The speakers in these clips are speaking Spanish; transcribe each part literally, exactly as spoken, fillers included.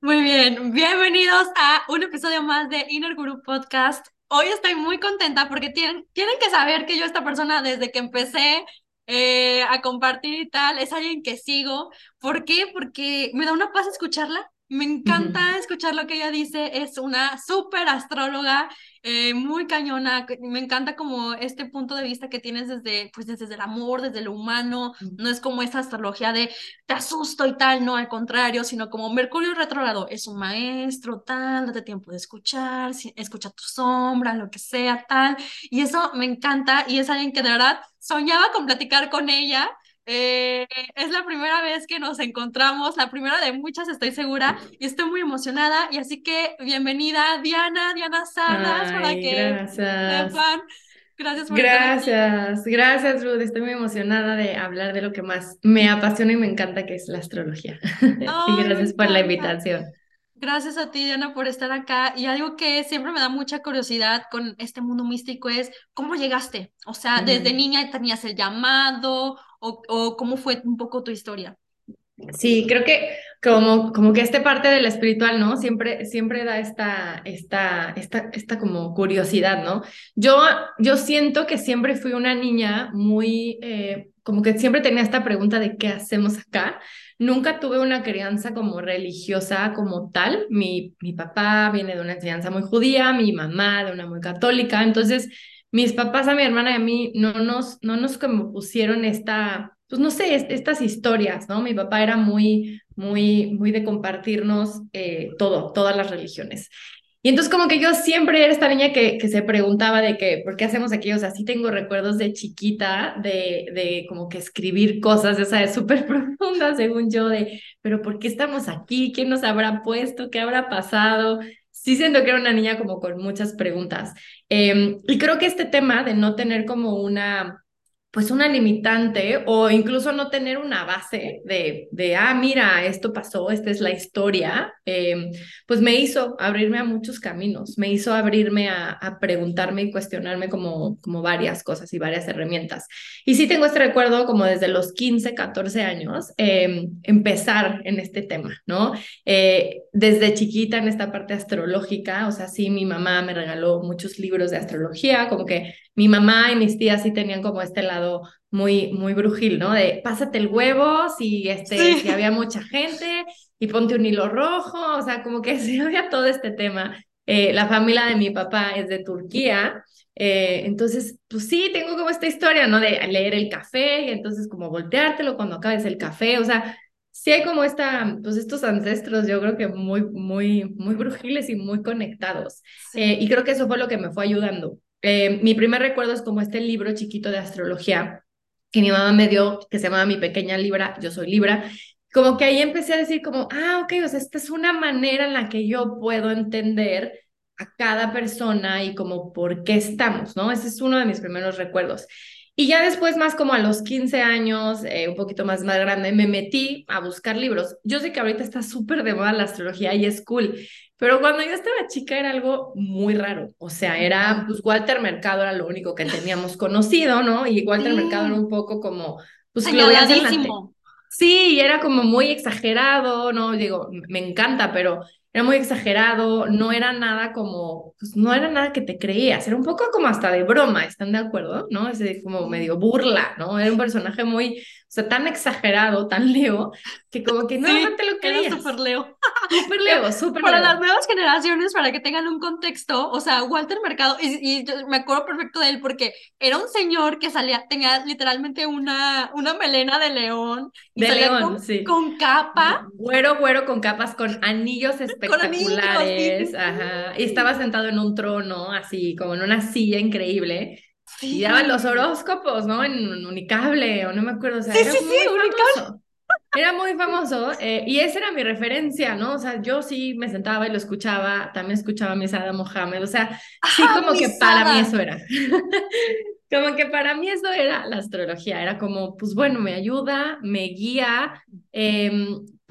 Muy bien, bienvenidos a un episodio más de Inner Guru Podcast. Hoy estoy muy contenta porque tienen, tienen que saber que yo esta persona desde que empecé eh, a compartir y tal, es alguien que sigo. ¿Por qué? Porque me da una paz escucharla. Me Ujú. encanta escuchar lo que ella dice. Es una súper astróloga, eh, muy cañona. que- Me encanta como este punto de vista que tienes desde, pues desde el amor, desde lo humano. No es como esa astrología de te asusto y tal, no, al contrario, sino como Mercurio retrógrado es un maestro, tal, date tiempo de escuchar, si- escucha tu sombra, lo que sea, tal, y eso me encanta y es alguien que de verdad soñaba con platicar con ella. Eh, es la primera vez que nos encontramos, la primera de muchas, estoy segura, y estoy muy emocionada, y así que bienvenida Diana, Diana Salas, para Ay, que gracias. sepan. Gracias por estar aquí. Gracias, gracias, Ruth. Estoy muy emocionada de hablar de lo que más me apasiona y me encanta, que es la astrología. Y Ay, me gracias por la encanta. invitación. Gracias a ti, Diana, por estar acá. Y algo que siempre me da mucha curiosidad con este mundo místico es cómo llegaste. O sea, desde Ujú. niña tenías el llamado o, o cómo fue un poco tu historia. Sí, creo que como, como que esta parte de la espiritual, ¿no? Siempre, siempre da esta, esta, esta, esta como curiosidad, ¿no? Yo, yo siento que siempre fui una niña muy, eh, como que siempre tenía esta pregunta de qué hacemos acá. Nunca tuve una crianza como religiosa como tal. Mi, mi papá viene de una enseñanza muy judía, mi mamá de una muy católica. Entonces, mis papás, a mi hermana y a mí no nos, no nos como pusieron esta, pues no sé, est- estas historias, ¿no? Mi papá era muy, muy, muy de compartirnos eh, todo, todas las religiones. Y entonces como que yo siempre era esta niña que, que se preguntaba de que, ¿por qué hacemos aquí? O sea, sí tengo recuerdos de chiquita, de, de como que escribir cosas, esa es súper profunda, según yo, de, pero ¿por qué estamos aquí? ¿Quién nos habrá puesto? ¿Qué habrá pasado? Sí siento que era una niña como con muchas preguntas. Eh, y creo que este tema de no tener como una, pues una limitante o incluso no tener una base de, de ah, mira, esto pasó, esta es la historia, eh, pues me hizo abrirme a muchos caminos, me hizo abrirme a, a preguntarme y cuestionarme como, como varias cosas y varias herramientas. Y sí tengo este recuerdo como desde los quince catorce años, eh, empezar en este tema, ¿no? Eh, desde chiquita en esta parte astrológica, o sea, sí, mi mamá me regaló muchos libros de astrología, como que mi mamá y mis tías sí tenían como este lado muy, muy brujil, ¿no? De pásate el huevo si, este, Sí. si había mucha gente y ponte un hilo rojo, o sea, como que sí había todo este tema. Eh, la familia de mi papá es de Turquía, eh, entonces, pues sí, tengo como esta historia, ¿no? De leer el café y entonces como volteártelo cuando acabes el café, o sea, sí hay como esta, pues estos ancestros, yo creo que muy, muy, muy brujiles y muy conectados. Eh, Sí. y creo que eso fue lo que me fue ayudando. Eh, mi primer recuerdo es como este libro chiquito de astrología que mi mamá me dio, que se llamaba Mi Pequeña Libra, yo soy Libra. Como que ahí empecé a decir como, ah, ok, o sea, esta es una manera en la que yo puedo entender a cada persona y como por qué estamos, ¿no? Ese es uno de mis primeros recuerdos. Y ya después, más como a los quince años, eh, un poquito más, más grande, me metí a buscar libros. Yo sé que ahorita está súper de moda la astrología y es cool, pero cuando yo estaba chica era algo muy raro. O sea, era, Ujú. pues Walter Mercado era lo único que teníamos conocido, ¿no? Y Walter Mercado era Sí. un poco como, pues lo veías en la tele. Señaladísimo. Sí, y era como muy exagerado, ¿no? Digo, me encanta, pero era muy exagerado, no era nada como, pues no era nada que te creías, era un poco como hasta de broma, ¿están de acuerdo? ¿No? Ese como Sí. medio burla, ¿no? Era un personaje muy, o sea, tan exagerado, tan Leo, que como que no, no Sí, te lo era súper creías. Leo. Súper Eh, Leo, súper Para las Leo. nuevas generaciones, para que tengan un contexto, o sea, Walter Mercado, y, y yo me acuerdo perfecto de él porque era un señor que salía, tenía literalmente una, una melena de león y De salía con, León, sí. con capa, Güero, güero con capas, con anillos con anillos, sí, espectaculares, sí, ajá. Y estaba sí. sentado en un trono, así, como en una silla increíble. Y daba los Sí, horóscopos, ¿no? En un unicable, o no me acuerdo, o sí, sea, era sí, sí, muy Unicable. famoso. Era muy famoso, eh, y esa era mi referencia, ¿no? O sea, yo sí me sentaba y lo escuchaba, también escuchaba a Misada Mohamed, o sea, sí Ajá, como que para mí Misada. eso era. Como que para mí eso era la astrología, era como, pues bueno, me ayuda, me guía, eh,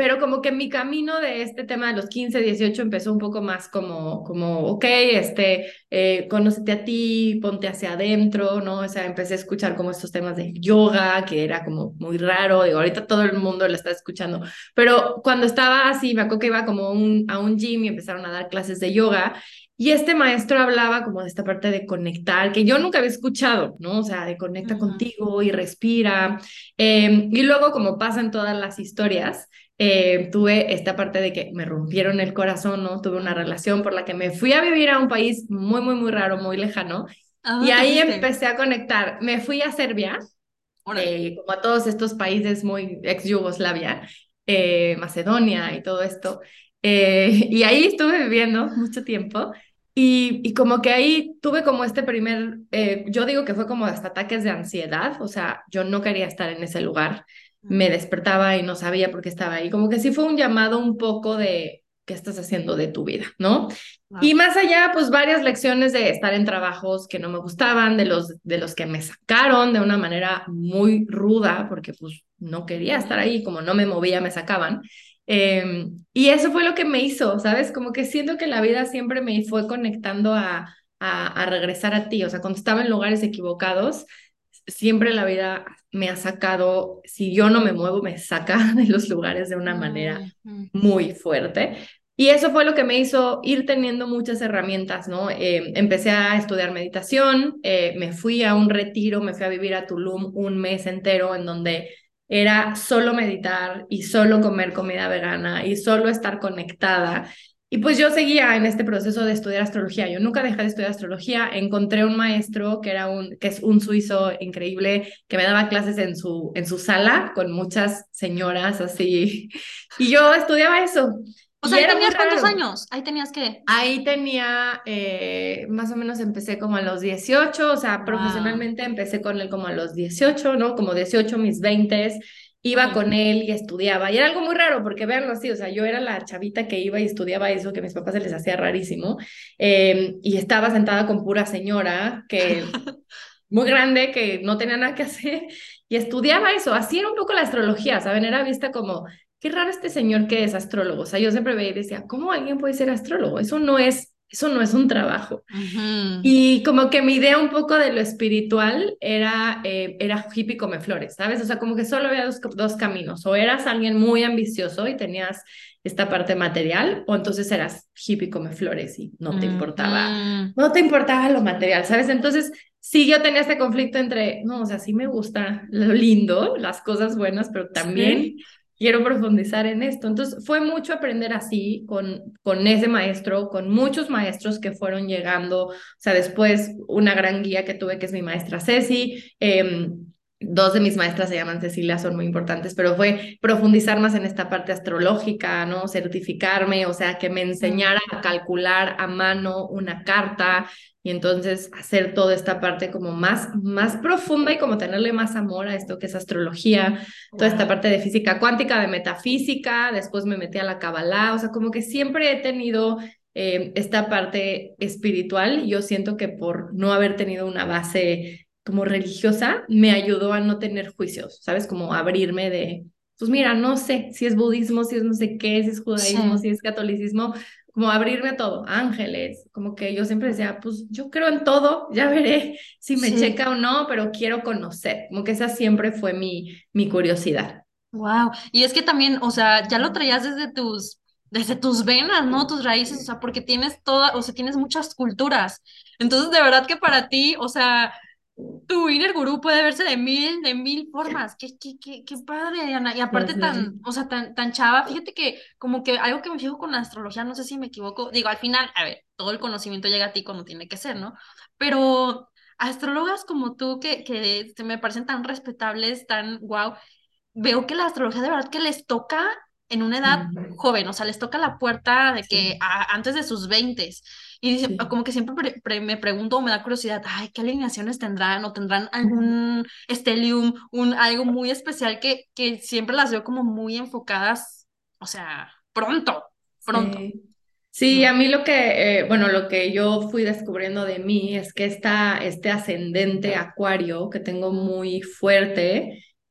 pero como que mi camino de este tema de los quince, dieciocho empezó un poco más como, como ok, este, eh, conócete a ti, ponte hacia adentro, ¿no? O sea, empecé a escuchar como estos temas de yoga, que era como muy raro, digo, ahorita todo el mundo lo está escuchando, pero cuando estaba así, me acuerdo que iba como un, a un gym y empezaron a dar clases de yoga. Y este maestro hablaba como de esta parte de conectar, que yo nunca había escuchado, ¿no? O sea, de conecta Ujú. contigo y respira. Eh, y luego, como pasa en todas las historias, eh, tuve esta parte de que me rompieron el corazón, ¿no? Tuve una Mm. relación por la que me fui a vivir a un país muy, muy, muy raro, muy lejano. ¿A Y dónde te ahí fuiste? empecé a conectar. Me fui a Serbia, Órale. eh, como a todos estos países muy ex Yugoslavia, eh, Macedonia y todo esto. Eh, y ahí estuve viviendo mucho tiempo. Y, y como que ahí tuve como este primer, eh, yo digo que fue como hasta ataques de ansiedad, o sea, yo no quería estar en ese lugar, me Mm. despertaba y no sabía por qué estaba ahí, como que sí fue un llamado un poco de qué estás haciendo de tu vida, ¿no? Y Wow. más allá, pues varias lecciones de estar en trabajos que no me gustaban, de los, de los que me sacaron de una manera muy ruda, porque pues no quería estar Ujú. ahí, como no me movía, me sacaban. Eh, y eso fue lo que me hizo, ¿sabes? Como que siento que la vida siempre me fue conectando a, a, a regresar a ti, o sea, cuando estaba en lugares equivocados, siempre la vida me ha sacado, si yo no me muevo, me saca de los lugares de una manera Ujú. muy fuerte. Y eso fue lo que me hizo ir teniendo muchas herramientas, ¿no? Eh, empecé a estudiar meditación, eh, me fui a un retiro, me fui a vivir a Tulum un mes entero en donde era solo meditar y solo comer comida vegana y solo estar conectada. Y pues yo seguía en este proceso de estudiar astrología. Yo nunca dejé de estudiar astrología. Encontré un maestro que era un, que es un suizo increíble, que me daba clases en su, en su sala con muchas señoras así. Y yo estudiaba eso. O sea, Y ahí era muy tenías cuántos raro. años. Ahí tenías que. Ahí tenía, eh, más o menos empecé como a los dieciocho, o sea, Wow. profesionalmente empecé con él como a los dieciocho, ¿no? Como dieciocho, mis veinte, iba Ok. con él y estudiaba. Y era algo muy raro, porque véanlo así, o sea, yo era la chavita que iba y estudiaba eso, que a mis papás se les hacía rarísimo, eh, y estaba sentada con pura señora, que muy grande, que no tenía nada que hacer, y estudiaba eso. Así era un poco la astrología, ¿saben? Era vista como, qué raro este señor que es astrólogo. O sea, yo siempre veía y decía, ¿cómo alguien puede ser astrólogo? Eso no es, eso no es un trabajo. Ujú. Y como que mi idea un poco de lo espiritual era, eh, era hippie come flores, ¿sabes? O sea, como que solo había dos, dos caminos. O eras alguien muy ambicioso y tenías esta parte material, o entonces eras hippie come flores y no te importaba, Ujú. no te importaba lo material, ¿sabes? Entonces, sí, yo tenía este conflicto entre, no, o sea, sí me gusta lo lindo, las cosas buenas, pero también Sí. quiero profundizar en esto. Entonces, fue mucho aprender así con, con ese maestro, con muchos maestros que fueron llegando. O sea, después una gran guía que tuve, que es mi maestra Ceci. Eh, dos de mis maestras se llaman Cecilia, son muy importantes, pero fue profundizar más en esta parte astrológica, ¿no? Certificarme, o sea, que me Mm. enseñara a calcular a mano una carta y entonces hacer toda esta parte como más, más profunda y como tenerle más amor a esto que es astrología, toda esta Wow. parte de física cuántica, de metafísica, después me metí a la Kabbalah, o sea, como que siempre he tenido eh, esta parte espiritual. Yo siento que por no haber tenido una base como religiosa, me ayudó a no tener juicios, ¿sabes? Como abrirme de, pues mira, no sé si es budismo, si es no sé qué, si es judaísmo, Sí. si es catolicismo, como abrirme a todo, ángeles, como que yo siempre decía, pues yo creo en todo, ya veré si me Sí. checa o no, pero quiero conocer, como que esa siempre fue mi, mi curiosidad. Wow. Y es que también, o sea, ya lo traías desde tus, desde tus venas, ¿no? Tus raíces, o sea, porque tienes toda, o sea, tienes muchas culturas. Entonces, de verdad que para ti, o sea, tu inner gurú puede verse de mil, de mil formas. Qué, qué, qué, qué padre, Diana. Y Ya aparte sé. tan, o sea, tan, tan chava. Fíjate que como que algo que me fijo con la astrología, no sé si me equivoco. Digo, al final, a ver, todo el conocimiento llega a ti como tiene que ser, ¿no? Pero astrólogas como tú que, que se me parecen tan respetables, tan guau, veo que la astrología de verdad que les toca en una edad Ujú. joven, o sea, les toca la puerta de que Sí, a- antes de sus veintes. Y dice- sí. como que siempre pre- pre- me pregunto o me da curiosidad, ay, ¿qué alineaciones tendrán? ¿O tendrán algún stellium, un, algo muy especial que, que siempre las veo como muy enfocadas, o sea, pronto, pronto. Sí. Sí, a Mm. mí lo que, eh, bueno, lo que yo fui descubriendo de mí es que esta, este ascendente acuario que tengo muy fuerte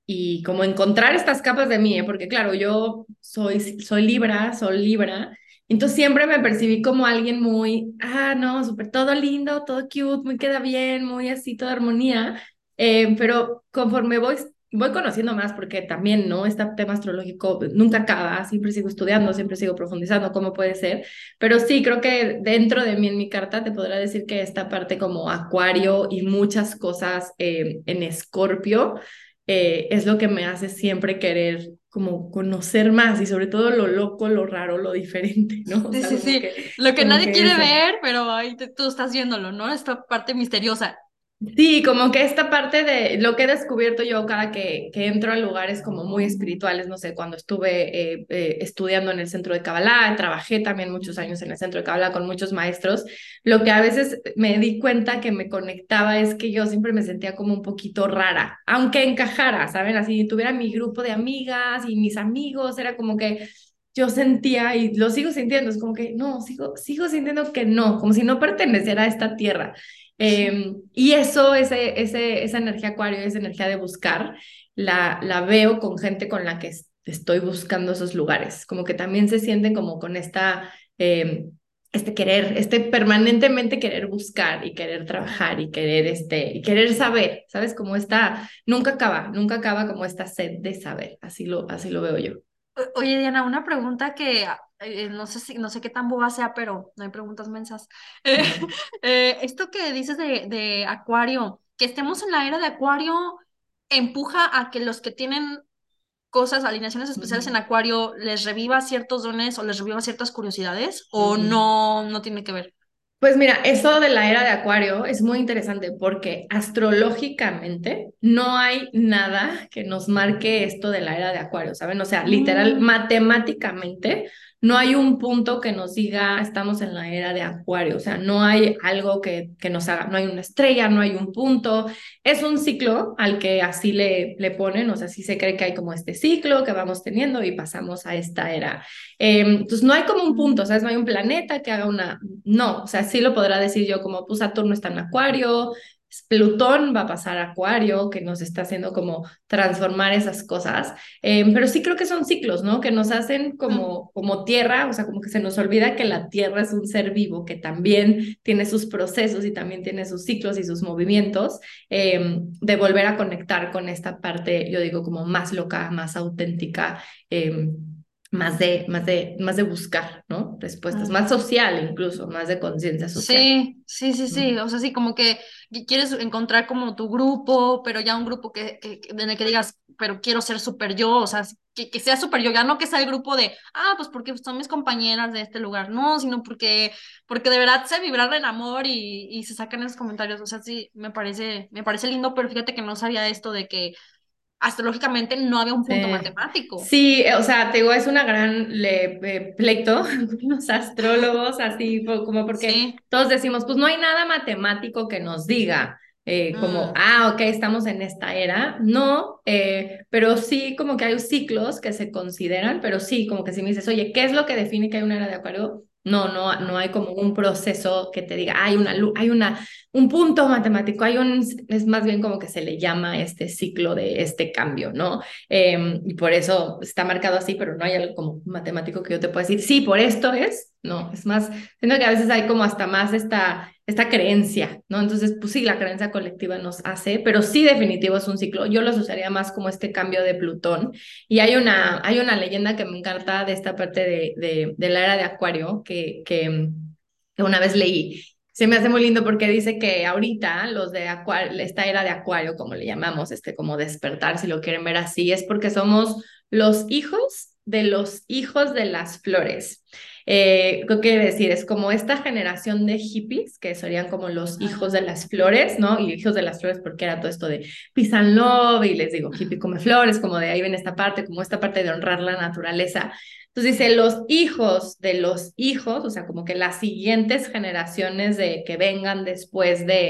y como encontrar estas capas de mí, ¿eh? Porque claro, yo soy, soy Libra, soy Libra, entonces siempre me percibí como alguien muy, ah, no, súper todo lindo, todo cute, muy queda bien, muy así, toda armonía, eh, pero conforme voy, voy conociendo más, porque también, ¿no? Este tema astrológico nunca acaba, siempre sigo estudiando, siempre sigo profundizando, cómo puede ser, pero sí, creo que dentro de mí, en mi carta, te podrá decir que esta parte como Acuario y muchas cosas eh, en Escorpio, eh, es lo que me hace siempre querer como conocer más y sobre todo lo loco, lo raro, lo diferente, ¿no? O Sí, sea, sí, como sí. que, Lo que como nadie que quiere eso. ver, pero ahí te- tú estás viéndolo, ¿no? Esta parte misteriosa. Sí, como que esta parte de lo que he descubierto yo cada que, que entro a lugares como muy espirituales, no sé, cuando estuve eh, eh, estudiando en el centro de Kabbalah, trabajé también muchos años en el centro de Kabbalah con muchos maestros, lo que a veces me di cuenta que me conectaba es que yo siempre me sentía como un poquito rara, aunque encajara, ¿saben? Así tuviera mi grupo de amigas y mis amigos, era como que yo sentía y lo sigo sintiendo, es como que no, sigo, sigo sintiendo que no, como si no perteneciera a esta tierra. Sí. Eh, y eso, ese, ese, esa energía acuario, esa energía de buscar, la, la veo con gente con la que es- estoy buscando esos lugares, como que también se sienten como con esta, eh, este querer, este permanentemente querer buscar y querer trabajar y querer, este, y querer saber, ¿sabes? Como esta, nunca acaba, nunca acaba como esta sed de saber, así lo, así lo veo yo. O- Oye, Diana, una pregunta que ah, eh, no sé si, no sé qué tan boba sea, pero no hay preguntas mensas. Eh, eh, esto que dices de, de Acuario, que estemos en la era de Acuario, empuja a que los que tienen cosas, alineaciones especiales en Ujú, Acuario, les reviva ciertos dones o les reviva ciertas curiosidades, o ujú. no, no tiene que ver. Pues mira, eso de la era de Acuario es muy interesante porque astrológicamente no hay nada que nos marque esto de la era de Acuario, ¿saben? O sea, literal, Mm, matemáticamente no hay un punto que nos diga estamos en la era de Acuario, o sea, no hay algo que, que nos haga, no hay una estrella, no hay un punto, es un ciclo al que así le, le ponen, o sea, sí se cree que hay como este ciclo que vamos teniendo y pasamos a esta era. Eh, entonces, no hay como un punto, mm, ¿sabes? No hay un planeta que haga una. No, o sea, sí lo podrá decir yo como, pues Saturno está en Acuario, Plutón va a pasar a Acuario, que nos está haciendo como transformar esas cosas. Eh, pero sí creo que son ciclos, ¿no? Que nos hacen mm, como, como tierra, o sea, como que se nos olvida que la tierra es un ser vivo, que también tiene sus procesos y también tiene sus ciclos y sus movimientos, eh, de volver a conectar con esta parte, yo digo, como más loca, más auténtica. Eh, más de, más de, más de buscar, ¿no? Respuestas, más mm. social incluso, más de conciencia social. Sí, sí, sí, sí. Ujú. O sea, sí, como que qui- quieres encontrar como tu grupo, pero ya un grupo que, que, que- en el que digas, pero quiero ser súper yo, o sea, que, que sea súper yo, ya no que sea el grupo de, ah, pues porque son mis compañeras de este lugar, no, sino porque, porque de verdad sé vibrar el amor y, y se sacan esos comentarios. O sea, sí, me parece, me parece lindo, pero fíjate que no sabía esto de que astrológicamente no había un punto Sí. matemático. Sí, eh, o sea, te digo, es una gran le- eh, pleito con los astrólogos, así po- como porque Sí. todos decimos, pues no hay nada matemático que nos diga, eh, como, Mm, ah, ok, estamos en esta era. No, eh, pero sí como que hay ciclos que se consideran, pero sí, como que si me dices, oye, ¿qué es lo que define que hay una era de Acuario? No, no, no hay como un proceso que te diga, hay una, lu- hay una, un punto matemático, hay un, es más bien como que se le llama este ciclo de este cambio, ¿no? Eh, y por eso está marcado así, pero no hay algo como matemático que yo te pueda decir, sí, por esto es, no, es más, siento que a veces hay como hasta más esta, esta creencia, ¿no? Entonces, pues sí, la creencia colectiva nos hace, pero sí definitivo es un ciclo, yo los usaría más como este cambio de Plutón, y hay una, hay una leyenda que me encanta de esta parte de, de, de la era de Acuario, que, que, que una vez leí, se me hace muy lindo porque dice que ahorita los de Acuario, esta era de Acuario, como le llamamos, este como despertar, si lo quieren ver así, es porque somos los hijos de los hijos de las flores. Eh, ¿qué quiere decir? Es como esta generación de hippies, que serían como los hijos de ah, las flores, ¿no? Y hijos de las flores porque era todo esto de peace and love, y les digo, hippie come flores, como de ahí ven esta parte, como esta parte de honrar la naturaleza. Entonces dice, los hijos de los hijos, o sea, como que las siguientes generaciones de que vengan después de,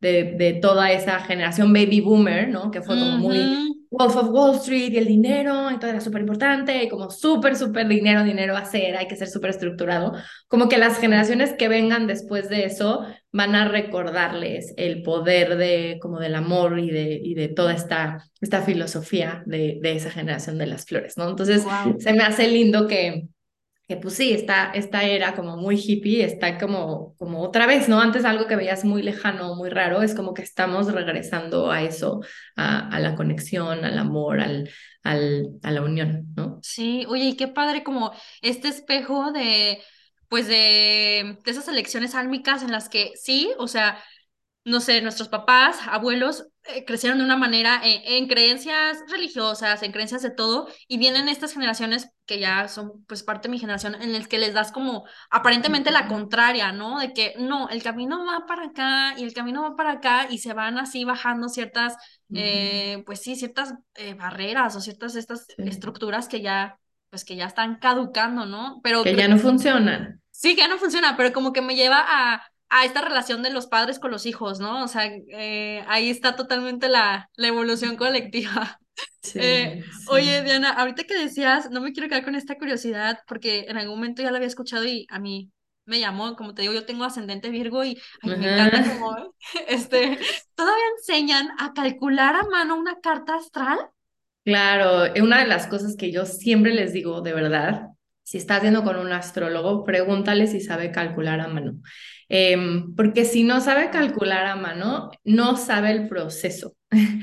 de, de toda esa generación baby boomer, ¿no? Que fue como muy Ujú. Wolf of Wall Street y el dinero, y todo era súper importante, y como súper, súper dinero, dinero a hacer, hay que ser súper estructurado. Como que las generaciones que vengan después de eso van a recordarles el poder de, como del amor y de, y de toda esta, esta filosofía de, de esa generación de las flores, ¿no? Entonces, Wow. se me hace lindo que que pues sí, esta, esta era como muy hippie, está como, como otra vez, ¿no? Antes algo que veías muy lejano, muy raro, es como que estamos regresando a eso, a, a la conexión, al amor, al, al, a la unión, ¿no? Sí, oye, y qué padre como este espejo de, pues de, de esas elecciones álmicas en las que sí, o sea, no sé, nuestros papás, abuelos, eh, crecieron de una manera en, en creencias religiosas, en creencias de todo, y vienen estas generaciones que ya son pues parte de mi generación, en las que les das como aparentemente la Ujú, contraria, ¿no? De que no, el camino va para acá y el camino va para acá y se van así bajando ciertas, ujú, eh, pues sí, ciertas eh, barreras o ciertas estas sí. estructuras que ya, pues que ya están caducando, ¿no? Pero Que creo ya no funcionan. sí, que ya no funciona, pero como que me lleva a, a esta relación de los padres con los hijos, ¿no? O sea, eh, ahí está totalmente la, la evolución colectiva. Eh, Sí, oye, sí. Diana, ahorita que decías, no me quiero quedar con esta curiosidad, porque en algún momento ya la había escuchado y a mí me llamó, como te digo, yo tengo ascendente Virgo y ay, me encanta Ajá. como, este, todavía enseñan a calcular a mano una carta astral. Claro, eh, una de las cosas que yo siempre les digo, de verdad, si estás yendo con un astrólogo, pregúntale si sabe calcular a mano. Em, porque si no sabe calcular a mano, no sabe el proceso.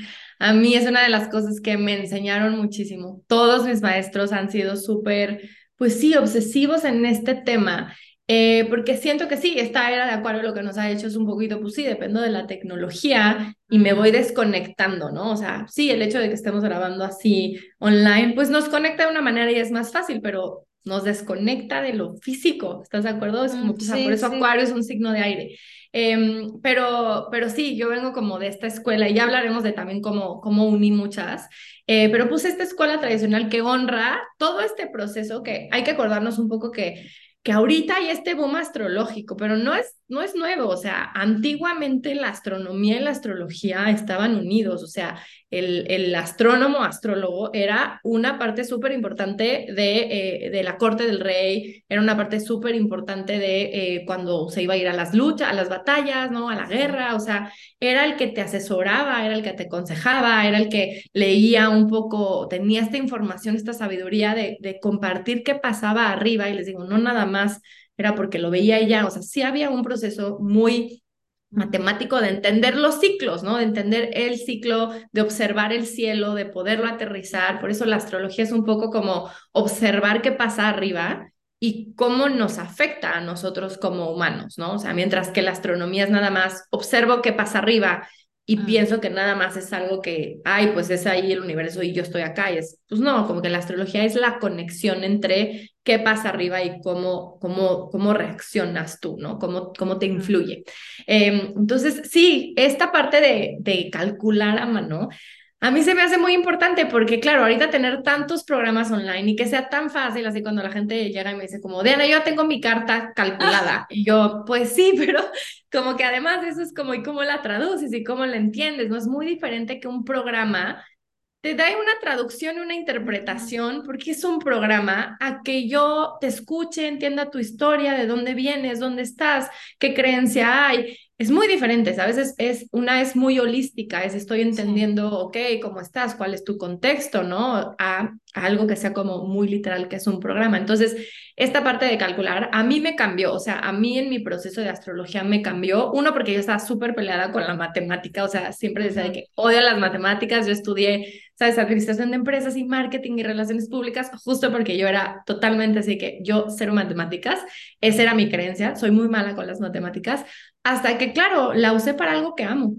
A mí es una de las cosas que me enseñaron muchísimo. Todos mis maestros han sido súper, pues sí, obsesivos en este tema. Eh, porque siento que sí, esta era de Acuario lo que nos ha hecho es un poquito, pues sí, dependo de la tecnología y me voy Mm, desconectando, ¿no? O sea, sí, el hecho de que estemos grabando así online, pues nos conecta de una manera y es más fácil, pero nos desconecta de lo físico, ¿estás de acuerdo? Es como, mm, pues, ah, por sí, eso sí. Acuario es un signo de aire. Em, pero, pero sí, yo vengo como de esta escuela y ya hablaremos de también cómo, cómo uní muchas, eh, pero puse esta escuela tradicional que honra todo este proceso que hay que acordarnos un poco que que ahorita hay este boom astrológico, pero no es, no es nuevo, o sea, antiguamente la astronomía y la astrología estaban unidos, o sea, el, el astrónomo, astrólogo, era una parte súper importante de, eh, de la corte del rey, era una parte súper importante de eh, cuando se iba a ir a las luchas, a las batallas, ¿no? A la guerra, o sea, era el que te asesoraba, era el que te aconsejaba, era el que leía un poco, tenía esta información, esta sabiduría de, de compartir qué pasaba arriba, y les digo, no nada más era porque lo veía ella, o sea, sí había un proceso muy Mm, matemático de entender los ciclos, ¿no? De entender el ciclo, de observar el cielo, de poderlo aterrizar. Por eso la astrología es un poco como observar qué pasa arriba y cómo nos afecta a nosotros como humanos, ¿no? O sea, mientras que la astronomía es nada más observo qué pasa arriba y mm, pienso que nada más es algo que, ay, pues es ahí el universo y yo estoy acá. Y es, pues no, como que la astrología es la conexión entre qué pasa arriba y cómo, cómo, cómo reaccionas tú, ¿no? Cómo, cómo te mm. influye. Eh, entonces, sí, esta parte de, de calcular a mano, a mí se me hace muy importante porque, claro, ahorita tener tantos programas online y que sea tan fácil, así cuando la gente llega y me dice como, Diana, yo ya tengo mi carta calculada. Y yo, pues sí, pero como que además eso es como, ¿y cómo la traduces y cómo la entiendes? ¿No? Es muy diferente que un programa te da una traducción, una interpretación, porque es un programa a que yo te escuche, entienda tu historia, de dónde vienes, dónde estás, qué creencia hay. Es muy diferente, ¿sabes? Es, es, una es muy holística, es estoy Sí. entendiendo, ok, cómo estás, cuál es tu contexto, ¿no? A, a algo que sea como muy literal, que es un programa. Entonces, esta parte de calcular a mí me cambió, o sea, a mí en mi proceso de astrología me cambió, uno porque yo estaba súper peleada con la matemática, o sea, siempre decía de Ujú. que odio las matemáticas, yo estudié, ¿sabes?, administración de empresas y marketing y relaciones públicas, justo porque yo era totalmente así que yo cero matemáticas, esa era mi creencia, soy muy mala con las matemáticas, hasta que, claro, la usé para algo que amo.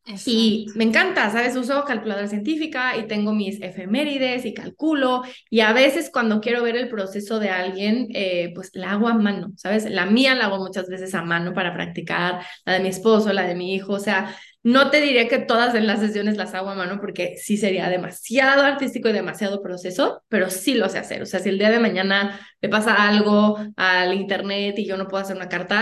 Y Exacto. me encanta, ¿sabes? Uso calculadora científica y tengo mis efemérides y calculo. Y a veces cuando quiero ver el proceso de alguien, eh, pues la hago a mano, ¿sabes? La mía la hago muchas veces a mano para practicar, la de mi esposo, la de mi hijo. O sea, no te diré que todas en las sesiones las hago a mano porque sí sería demasiado artístico y demasiado proceso, pero sí lo sé hacer. O sea, si el día de mañana me pasa algo al internet y yo no puedo hacer una carta,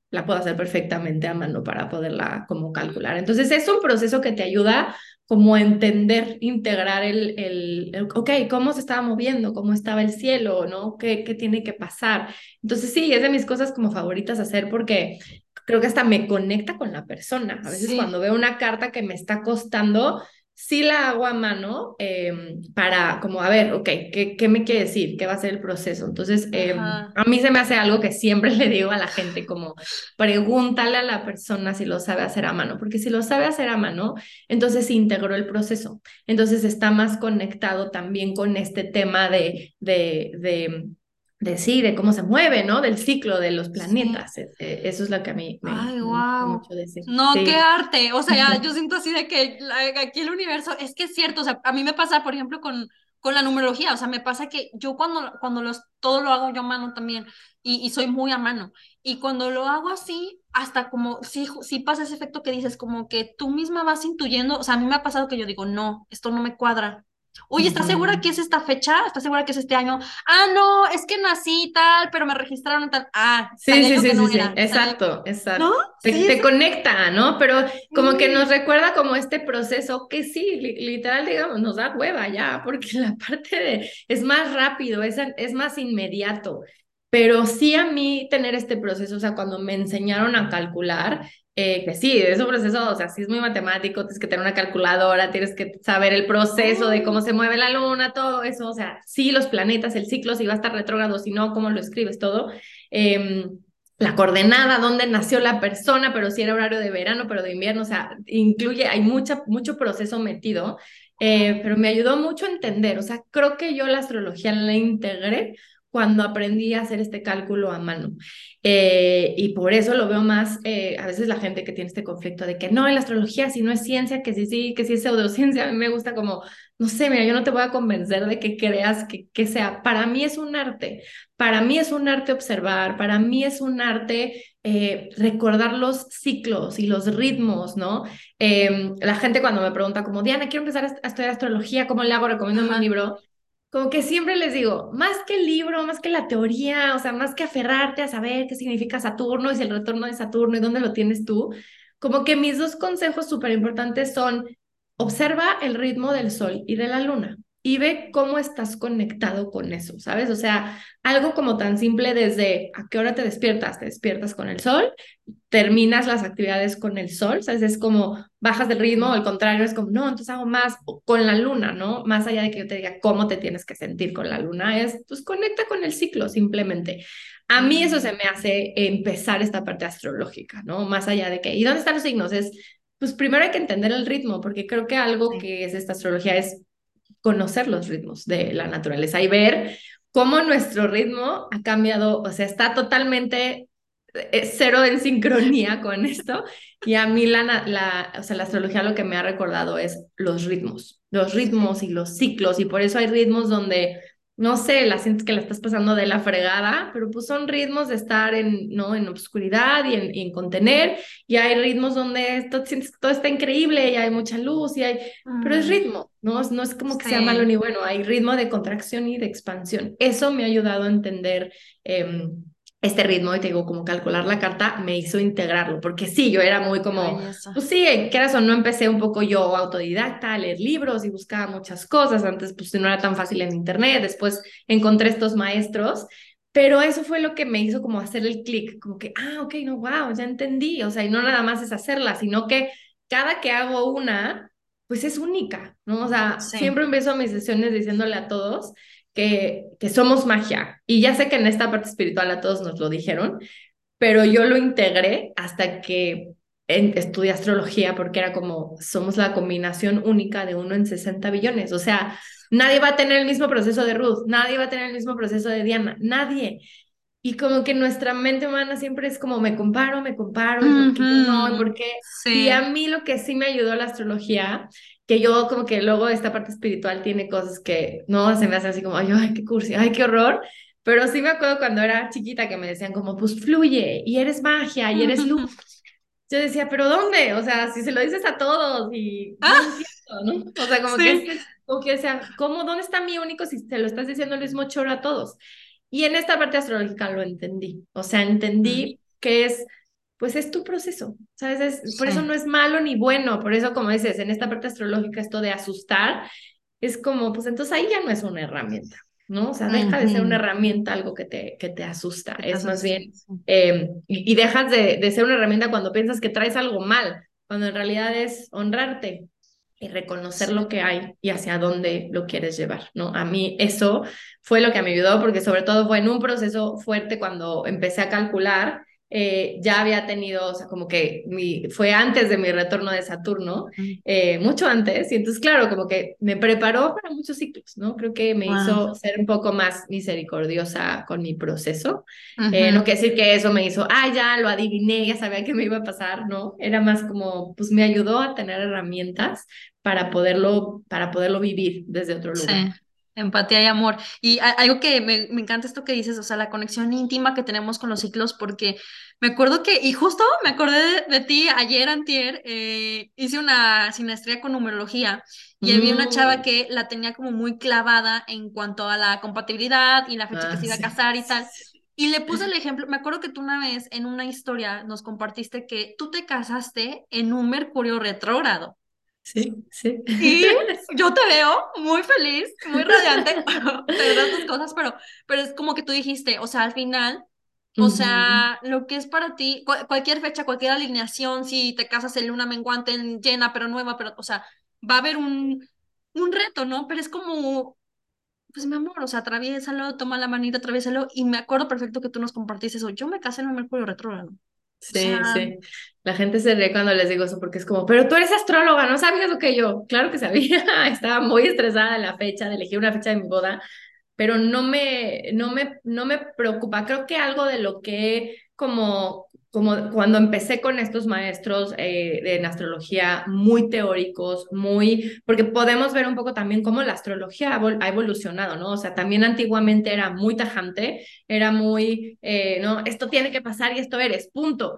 la puedo hacer perfectamente a mano para poderla como calcular. Entonces es un proceso que te ayuda como a entender, integrar el, el, el, ok, cómo se estaba moviendo, cómo estaba el cielo, ¿no? ¿Qué, qué tiene que pasar? Entonces sí, es de mis cosas como favoritas hacer porque creo que hasta me conecta con la persona. A veces Sí, cuando veo una carta que me está costando, sí la hago a mano eh, para como, a ver, ok, ¿qué, ¿qué me quiere decir? ¿Qué va a ser el proceso? Entonces, eh, ajá. a mí se me hace algo que siempre le digo a la gente, como pregúntale a la persona si lo sabe hacer a mano, porque si lo sabe hacer a mano, entonces integró el proceso, entonces está más conectado también con este tema de, de, de, de sí, de cómo se mueve, ¿no? Del ciclo de los Sí. planetas. Eh, eh, Eso es lo que a mí me, Ay, me gusta wow. mucho decir. No, qué Sí. arte. O sea, ya, yo siento así de que la- aquí el universo, es que es cierto, o sea, a mí me pasa, por ejemplo, con, con la numerología, o sea, me pasa que yo cuando, cuando los, todo lo hago yo a mano también, y, y soy muy a mano, y cuando lo hago así, hasta como, sí, ju- sí pasa ese efecto que dices, como que tú misma vas intuyendo, o sea, a mí me ha pasado que yo digo, no, esto no me cuadra. Oye, ¿estás segura Ujú. que es esta fecha? ¿Estás segura que es este año? Ah, no, es que nací tal, pero me registraron en tal. Ah, Sí, sabía sí, yo que sí, no sí, sí, era. Sabía. exacto, ¿No? exacto. Te, Sí, te sí. conecta, ¿no? Pero como que nos Sí. recuerda como este proceso que sí, li- literal, digamos, nos da hueva ya, porque la parte de es más rápido, es, es más inmediato. Pero sí a mí tener este proceso, o sea, cuando me enseñaron a calcular, eh, que sí, es un proceso, o sea, sí es muy matemático, tienes que tener una calculadora, tienes que saber el proceso de cómo Oh, se mueve la luna, todo eso, o sea, sí, los planetas, el ciclo, si va a estar retrógrado, si no, cómo lo escribes, todo eh, la coordenada, dónde nació la persona, pero si era horario de verano, pero de invierno, o sea, incluye, hay mucha, mucho proceso metido, eh, wow. pero me ayudó mucho a entender, o sea, creo que yo la astrología la integré cuando aprendí a hacer este cálculo a mano. Eh, y por eso lo veo más, eh, a veces la gente que tiene este conflicto de que no, en la astrología si no es ciencia, que sí, sí, que sí es pseudociencia, a mí me gusta como, no sé, mira, yo no te voy a convencer de que creas que, que sea, para mí es un arte. Para mí es un arte observar, para mí es un arte eh, recordar los ciclos y los ritmos, ¿no? Eh, la gente cuando me pregunta como, Diana, quiero empezar a estudiar astrología, ¿cómo le hago? Recomiéndame un Ajá. libro. Como que siempre les digo, más que el libro, más que la teoría, o sea, más que aferrarte a saber qué significa Saturno y si el retorno de Saturno y dónde lo tienes tú, como que mis dos consejos súper importantes son, observa el ritmo del sol y de la luna y ve cómo estás conectado con eso, ¿sabes? O sea, algo como tan simple desde a qué hora te despiertas, te despiertas con el sol, terminas las actividades con el sol, ¿sabes? Es como bajas del ritmo, o al contrario, es como, no, entonces hago más con la luna, ¿no? Más allá de que yo te diga cómo te tienes que sentir con la luna, es, pues conecta con el ciclo simplemente. A mí eso se Mm, me hace empezar esta parte astrológica, ¿no? Más allá de que, ¿y dónde están los signos? Es, pues primero hay que entender el ritmo, porque creo que algo sí. que es esta astrología es conocer los ritmos de la naturaleza y ver cómo nuestro ritmo ha cambiado, o sea, está totalmente eh, cero en sincronía con esto. Y a mí la, la, o sea, la astrología lo que me ha recordado es los ritmos, los Sí. ritmos y los ciclos. Y por eso hay ritmos donde, no sé, la sientes que la estás pasando de la fregada, pero pues son ritmos de estar en, ¿no? En obscuridad y en, y en contener. Y hay ritmos donde esto, sientes que todo está increíble y hay mucha luz y hay pero es Mm, ritmo, ¿no? No es como que sea malo sí. ni bueno, hay ritmo de contracción y de expansión. Eso me ha ayudado a entender eh, este ritmo y te digo, como calcular la carta me hizo integrarlo, porque sí, yo era muy Qué como, pues belleza. sí, quieras o no, empecé un poco yo autodidacta a leer libros y buscaba muchas cosas, antes pues no era tan fácil en internet, después encontré estos maestros. Pero eso fue lo que me hizo como hacer el clic, como que, ah, ok, no, wow, ya entendí. O sea, y no nada más es hacerla, sino que cada que hago una, pues es única, ¿no? O sea, Sí. siempre empiezo mis sesiones diciéndole a todos que, que somos magia. Y ya sé que en esta parte espiritual a todos nos lo dijeron, pero yo lo integré hasta que en, estudié astrología porque era como, somos la combinación única de uno en sesenta billones. O sea, nadie va a tener el mismo proceso de Ruth, nadie va a tener el mismo proceso de Diana, nadie. Y como que nuestra mente humana siempre es como me comparo, me comparo, y por qué yo no, y por Ujú. qué. Y a Sí. mí lo que sí me ayudó la astrología, que yo como que luego esta parte espiritual tiene cosas que no se me hace así como, ay, ay, qué cursi, ay, qué horror. Pero sí me acuerdo cuando era chiquita que me decían como, pues fluye, y eres magia, y eres luz. Yo decía, pero ¿dónde? O sea, si se lo dices a todos y no Ah, entiendo, ¿no? O sea, como que sí. es, como que, o sea, ¿cómo, dónde está mi único si se lo estás diciendo el mismo choro a todos? Y en esta parte astrológica lo entendí. O sea, Mm, entendí que es pues es tu proceso, ¿sabes? Es, por Sí. eso no es malo ni bueno, por eso, como dices, en esta parte astrológica, esto de asustar, es como, pues entonces ahí ya no es una herramienta, ¿no? O sea, deja de ser una Ujú. herramienta algo que te, que te asusta, ¿Qué te es más bien, asusta? Sí. eh, y, y dejas de, de ser una herramienta cuando piensas que traes algo mal, cuando en realidad es honrarte y reconocer Sí. lo que hay y hacia dónde lo quieres llevar, ¿no? A mí eso fue lo que me ayudó porque sobre todo fue en un proceso fuerte cuando empecé a calcular, eh, ya había tenido, o sea, como que mi, fue antes de mi retorno de Saturno, eh, mucho antes, y entonces, claro, como que me preparó para muchos ciclos, ¿no? Creo que me Wow. hizo ser un poco más misericordiosa con mi proceso. Eh, no Ujú. quiere decir que eso me hizo, ah, ya lo adiviné, ya sabía que me iba a pasar, ¿no? Era más como, pues me ayudó a tener herramientas para poderlo, para poderlo vivir desde otro Sí, lugar. empatía y amor. Y a- algo que me, me encanta esto que dices, o sea, la conexión íntima que tenemos con los ciclos, porque me acuerdo que, y justo me acordé de, de ti ayer, antier, eh, hice una sinastría con numerología y había una chava Mm, que la tenía como muy clavada en cuanto a la compatibilidad y la fecha que ah, se iba a sí, casar y sí, tal. sí. Y le puse el ejemplo, me acuerdo que tú una vez en una historia nos compartiste que tú te casaste en un Mercurio retrógrado. Sí, sí. Y yo te veo muy feliz, muy radiante, de verdad tus cosas, pero, pero es como que tú dijiste, o sea, al final, o Ujú. sea, lo que es para ti, cu- cualquier fecha, cualquier alineación, si te casas en luna menguante, en llena, pero nueva, pero, o sea, va a haber un, un reto, ¿no? Pero es como, pues mi amor, o sea, atraviésalo, toma la manita, atraviésalo, y me acuerdo perfecto que tú nos compartiste eso. Yo me casé en un Mercurio retrógrado. O Sí, sea, sí. La gente se ríe cuando les digo eso porque es como, pero tú eres astróloga, ¿no sabías lo que yo? Claro que sabía, estaba muy estresada en la fecha, de elegir una fecha de mi boda, pero no me, no me, no me preocupa. Creo que algo de lo que como, como cuando empecé con estos maestros eh, de en astrología muy teóricos, muy, porque podemos ver un poco también cómo la astrología ha, vol- ha evolucionado, ¿no? O sea, también antiguamente era muy tajante, era muy, eh, no, esto tiene que pasar y esto eres, punto.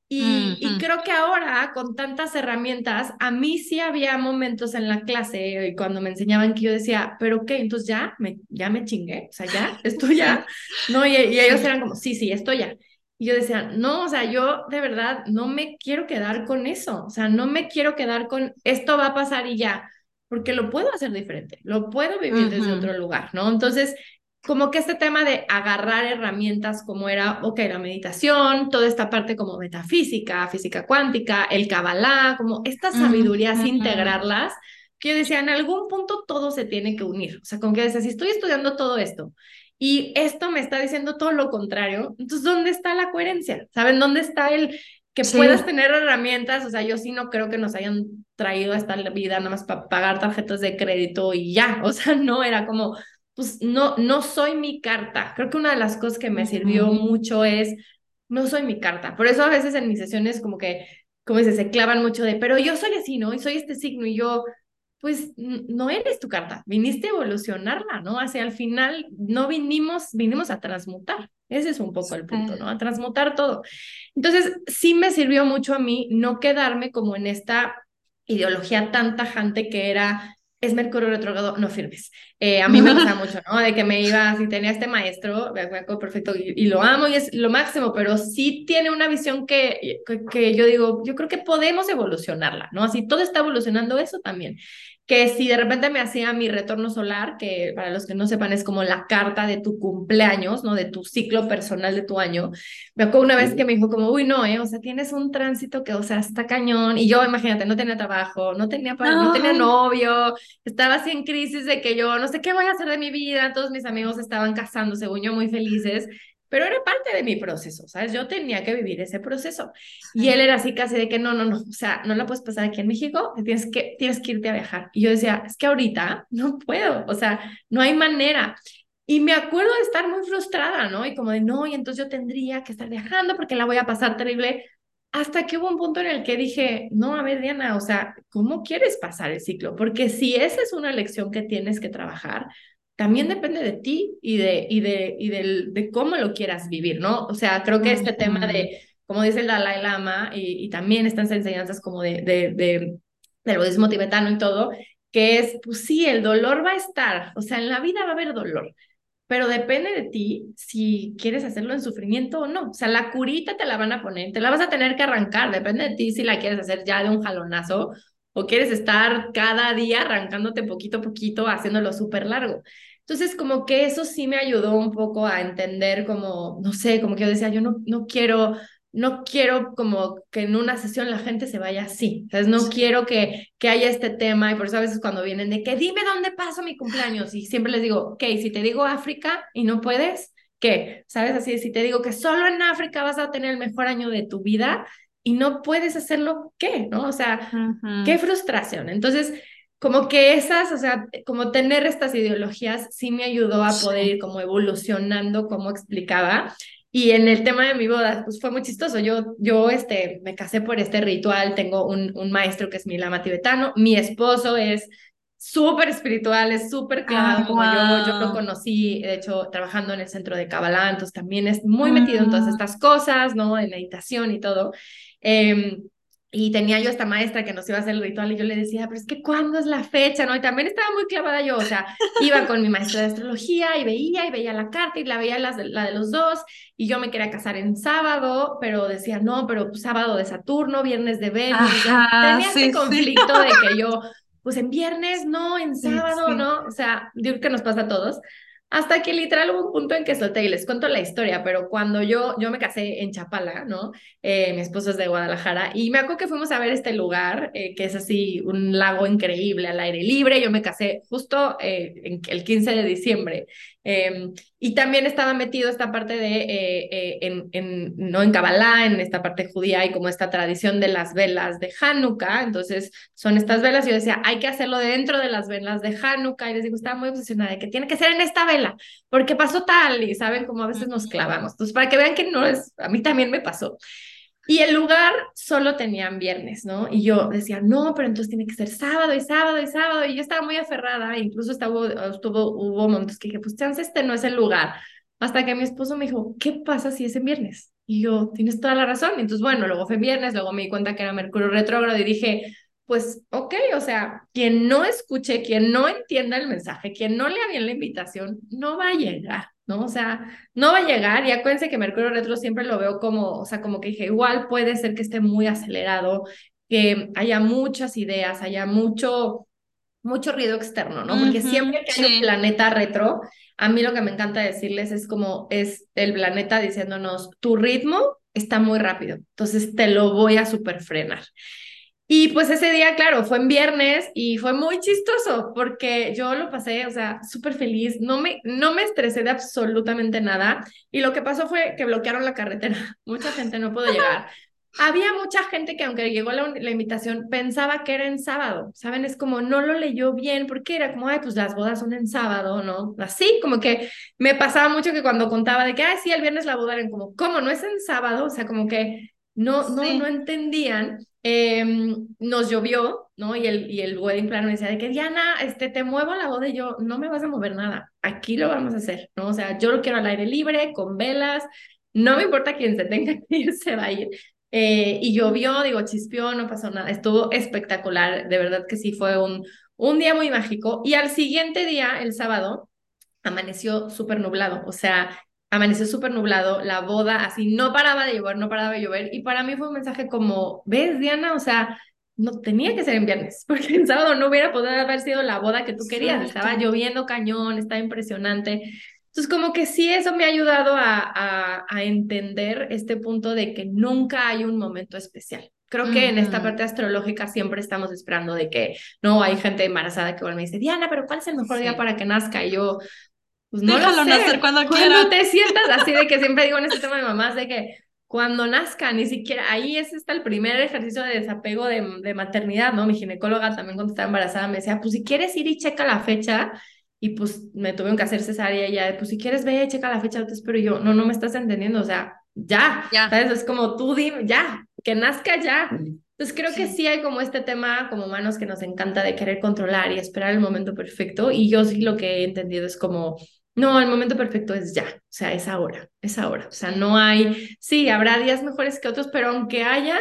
Y, y ujú, creo que ahora, con tantas herramientas, a mí sí había momentos en la clase y cuando me enseñaban que yo decía, pero qué, entonces ya me, ya me chingué, o sea, ya, esto ya, sí, no, y, y ellos sí. eran como, sí, sí, esto ya. Y yo decía, no, o sea, yo de verdad no me quiero quedar con eso, o sea, no me quiero quedar con esto va a pasar y ya, porque lo puedo hacer diferente, lo puedo vivir desde Ujú, otro lugar, ¿no? Entonces, como que este tema de agarrar herramientas como era, ok, la meditación, toda esta parte como metafísica, física cuántica, el Kabbalah, como estas sabidurías, ujú. integrarlas, que yo decía, en algún punto todo se tiene que unir. O sea, como que decía, si estoy estudiando todo esto y esto me está diciendo todo lo contrario, entonces, ¿dónde está la coherencia? ¿Saben? ¿Dónde está el que puedas Sí. tener herramientas? O sea, yo sí no creo que nos hayan traído a esta vida nada más para pagar tarjetas de crédito y ya. O sea, no era como pues no, no soy mi carta. Creo que una de las cosas que me sirvió Ujú. mucho es, no soy mi carta. Por eso a veces en mis sesiones como que, como dices, se clavan mucho de, pero yo soy así, ¿no? Y soy este signo y yo, pues n- no eres tu carta, viniste a evolucionarla, ¿no? Hacia el final no vinimos, vinimos a transmutar. Ese es un poco el punto, ¿no? Sí. A transmutar todo. Entonces, sí me sirvió mucho a mí no quedarme como en esta ideología tan tajante que era, es Mercurio retrógrado, no firmes. Eh, a mí me pasaba mucho, ¿no? De que me iba, si tenía este maestro, me acuerdo perfecto, y, y lo amo y es lo máximo, pero sí tiene una visión que, que, que yo digo, yo creo que podemos evolucionarla, ¿no? Así todo está evolucionando eso también. Que si de repente me hacía mi retorno solar, que para los que no sepan es como la carta de tu cumpleaños, ¿no? De tu ciclo personal de tu año. Me acuerdo una vez que me dijo como, uy, no, ¿eh? O sea, tienes un tránsito que, o sea, está cañón. Y yo, imagínate, no tenía trabajo, no tenía, pa- no tenía Ay, novio, estaba así en crisis de que yo no sé qué voy a hacer de mi vida. Todos mis amigos estaban casando, según yo, muy felices, pero era parte de mi proceso, ¿sabes? Yo tenía que vivir ese proceso. Y sí. él era así casi de que no, no, no, o sea, no la puedes pasar aquí en México, que tienes que, tienes que irte a viajar. Y yo decía, es que ahorita no puedo, o sea, no hay manera. Y me acuerdo de estar muy frustrada, ¿no? Y como de, no, y entonces yo tendría que estar viajando porque la voy a pasar terrible. Hasta que hubo un punto en el que dije, no, a ver, Diana, o sea, ¿cómo quieres pasar el ciclo? Porque si esa es una lección que tienes que trabajar, también depende de ti y de, y de, y del, de cómo lo quieras vivir, ¿no? O sea, creo que este tema Ujú. de, como dice el Dalai Lama, y, y también estas enseñanzas como de, de, de, del budismo tibetano y todo, que es, pues sí, el dolor va a estar, o sea, en la vida va a haber dolor, pero depende de ti si quieres hacerlo en sufrimiento o no. O sea, la curita te la van a poner, te la vas a tener que arrancar, depende de ti si la quieres hacer ya de un jalonazo o quieres estar cada día arrancándote poquito a poquito, haciéndolo súper largo. Entonces, como que eso sí me ayudó un poco a entender como, no sé, como que yo decía, yo no, no quiero no quiero como que en una sesión la gente se vaya así, ¿sabes? No Sí. quiero que, que haya este tema y por eso a veces cuando vienen de que dime dónde paso mi cumpleaños y siempre les digo, ok, si te digo África y no puedes, ¿qué? ¿Sabes? Así, si te digo que solo en África vas a tener el mejor año de tu vida y no puedes hacerlo, ¿qué? ¿No? O sea, qué Ujú. frustración. Entonces, como que esas, o sea, como tener estas ideologías sí me ayudó a poder Sí. ir como evolucionando, como explicaba. Y en el tema de mi boda, pues fue muy chistoso. Yo, yo este, me casé por este ritual, tengo un, un maestro que es mi lama tibetano, mi esposo es súper espiritual, es súper Ay, clavado como yo, yo lo guau. conocí, de hecho, trabajando en el centro de Kabbalah, entonces también es muy metido en todas Mm. estas cosas, ¿no? En meditación y todo. Eh, y tenía yo esta maestra que nos iba a hacer el ritual y yo le decía, pero es que ¿cuándo es la fecha? ¿No? Y también estaba muy clavada yo, o sea, iba con mi maestra de astrología y veía y veía la carta y la veía las de, la de los dos y yo me quería casar en sábado, pero decía, no, pero pues, sábado de Saturno, viernes de Venus, o sea, Ajá, tenía este sí, sí. conflicto de que yo, pues en viernes, no, en Sí, sábado, sí. no, o sea, yo creo que nos pasa a todos. Hasta que literal hubo un punto en que solté y les cuento la historia, pero cuando yo, yo me casé en Chapala, ¿no? Eh, mi esposo es de Guadalajara y me acuerdo que fuimos a ver este lugar, eh, que es así un lago increíble al aire libre. Yo me casé justo eh, en, el quince de diciembre. Eh, y también estaba metido esta parte de, eh, eh, en, en, no en Kabbalah, en esta parte judía y como esta tradición de las velas de Hanukkah. Entonces son estas velas y yo decía, hay que hacerlo dentro de las velas de Hanukkah. Y les digo, estaba muy obsesionada de que tiene que ser en esta vela, porque pasó tal y saben cómo a veces nos Ujú. clavamos. Entonces, para que vean que no es, a mí también me pasó. Y el lugar solo tenían viernes, ¿no? Y yo decía, no, pero entonces tiene que ser sábado y sábado y sábado. Y yo estaba muy aferrada, incluso estaba, estuvo, hubo momentos que dije, pues chance este no es el lugar. Hasta que mi esposo me dijo, ¿qué pasa si es en viernes? Y yo, tienes toda la razón. Y entonces, bueno, luego fue en viernes, luego me di cuenta que era Mercurio retrógrado y dije, pues, ok, o sea, quien no escuche, quien no entienda el mensaje, quien no lea bien la invitación, no va a llegar, ¿no? O sea, no va a llegar y acuérdense que Mercurio retro siempre lo veo como, o sea, como que dije, igual puede ser que esté muy acelerado, que haya muchas ideas, haya mucho, mucho ruido externo, ¿no? Porque Ujú, siempre que hay un sí. planeta retro, a mí lo que me encanta decirles es como es el planeta diciéndonos, tu ritmo está muy rápido, entonces te lo voy a super frenar. Y pues ese día, claro, fue en viernes y fue muy chistoso porque yo lo pasé, o sea, súper feliz, no me, no me estresé de absolutamente nada y lo que pasó fue que bloquearon la carretera, mucha gente no pudo llegar. Había mucha gente que aunque llegó la, la invitación pensaba que era en sábado, ¿saben? Es como no lo leyó bien porque era como, ay, pues las bodas son en sábado, ¿no? Así como que me pasaba mucho que cuando contaba de que, ay, sí, el viernes la boda eran como, ¿cómo? ¿No es en sábado? O sea, como que no, no, no Sí. entendían. Eh, nos llovió, ¿no? Y el, y el wedding planner me decía de que Diana, este, te muevo la boda y yo, no me vas a mover nada, aquí lo vamos a hacer, ¿no? O sea, yo lo quiero al aire libre, con velas, no me importa quién se tenga que ir, se va a ir. Eh, y llovió, digo, chispeó, no pasó nada, estuvo espectacular, de verdad que sí fue un, un día muy mágico. Y al siguiente día, el sábado, amaneció súper nublado, o sea, amaneció súper nublado, la boda así no paraba de llover, no paraba de llover, y para mí fue un mensaje como, ¿ves, Diana? O sea, no tenía que ser en viernes, porque en sábado no hubiera podido haber sido la boda que tú querías, estaba Exacto. lloviendo cañón, estaba impresionante. Entonces, como que sí, eso me ha ayudado a, a, a entender este punto de que nunca hay un momento especial. Creo que en esta Ujú. parte astrológica siempre estamos esperando de que, no, hay gente embarazada que igual me dice, Diana, pero ¿cuál es el mejor día Sí. para que nazca? Y yo, pues no lo Déjalo nacer sé. cuando Cuando quiera. te sientas así de que siempre digo en este tema de mamás, de que cuando nazca, ni siquiera, ahí es está el primer ejercicio de desapego de, de maternidad, ¿no? Mi ginecóloga también cuando estaba embarazada me decía, pues si quieres ir y checa la fecha, y pues me tuvieron que hacer cesárea y ya, pues si quieres ve, checa la fecha, yo te espero. Y yo, no, no me estás entendiendo, o sea, ya, Ya. ¿sabes? Es como tú dime, ya, que nazca ya. Entonces creo que Sí. sí hay como este tema como humanos que nos encanta de querer controlar y esperar el momento perfecto, y yo sí lo que he entendido es como no, el momento perfecto es ya, o sea, es ahora, es ahora. O sea, Sí. no hay, sí, habrá días mejores que otros, pero aunque haya,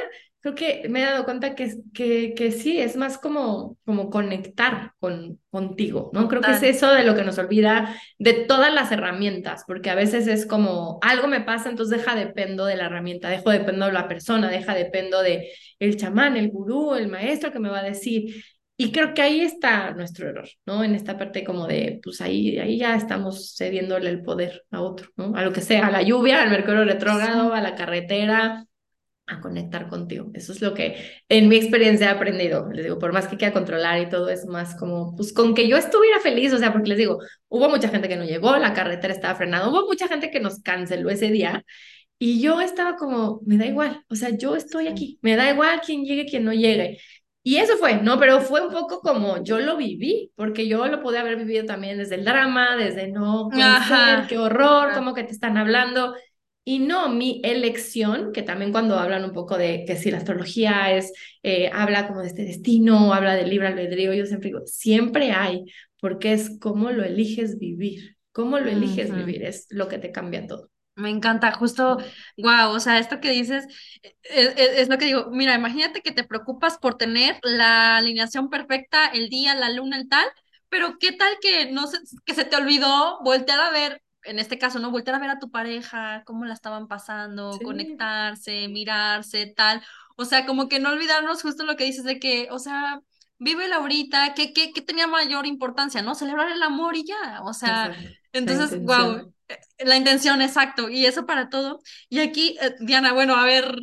creo que me he dado cuenta que, que, que sí, es más como, como conectar con, contigo, ¿no? Creo que es Total. eso de lo que nos olvida de todas las herramientas, porque a veces es como algo me pasa, entonces deja dependo de la herramienta, dejo dependo de la persona, deja dependo de el chamán, el gurú, el maestro que me va a decir. Y creo que ahí está nuestro error, ¿no? En esta parte como de, pues ahí, ahí ya estamos cediéndole el poder a otro, ¿no? A lo que sea, a la lluvia, al mercurio retrógrado, Sí. a la carretera, a conectar contigo. Eso es lo que en mi experiencia he aprendido. Les digo, por más que quiera controlar y todo, es más como, pues con que yo estuviera feliz, o sea, porque les digo, hubo mucha gente que no llegó, la carretera estaba frenada, hubo mucha gente que nos canceló ese día y yo estaba como, me da igual, o sea, yo estoy Sí. aquí, me da igual quién llegue, quién no llegue. Y eso fue, ¿no? Pero fue un poco como yo lo viví, porque yo lo pude haber vivido también desde el drama, desde no puede ser, qué Ajá. horror, cómo que te están hablando. Y no, mi elección, que también cuando hablan un poco de que si la astrología es, eh, habla como de este destino, habla del libre albedrío, yo siempre digo, siempre hay, porque es cómo lo eliges vivir, cómo lo eliges Ujú. vivir, es lo que te cambia todo. Me encanta, justo, wow, o sea, esto que dices es, es- es lo que digo, mira, imagínate que te preocupas por tener la alineación perfecta, el día, la luna, el tal, pero qué tal que no se, que se te olvidó voltear a ver, en este caso, ¿no? Voltear a ver a tu pareja, cómo la estaban pasando, Sí, conectarse, mirarse, tal, o sea, como que no olvidarnos justo lo que dices de que, o sea, vive la ahorita, que, que, que tenía mayor importancia, ¿no? Celebrar el amor y ya, o sea, exacto, la entonces, wow. intención. La intención, exacto, y eso para todo. Y aquí, eh, Diana, bueno, a ver,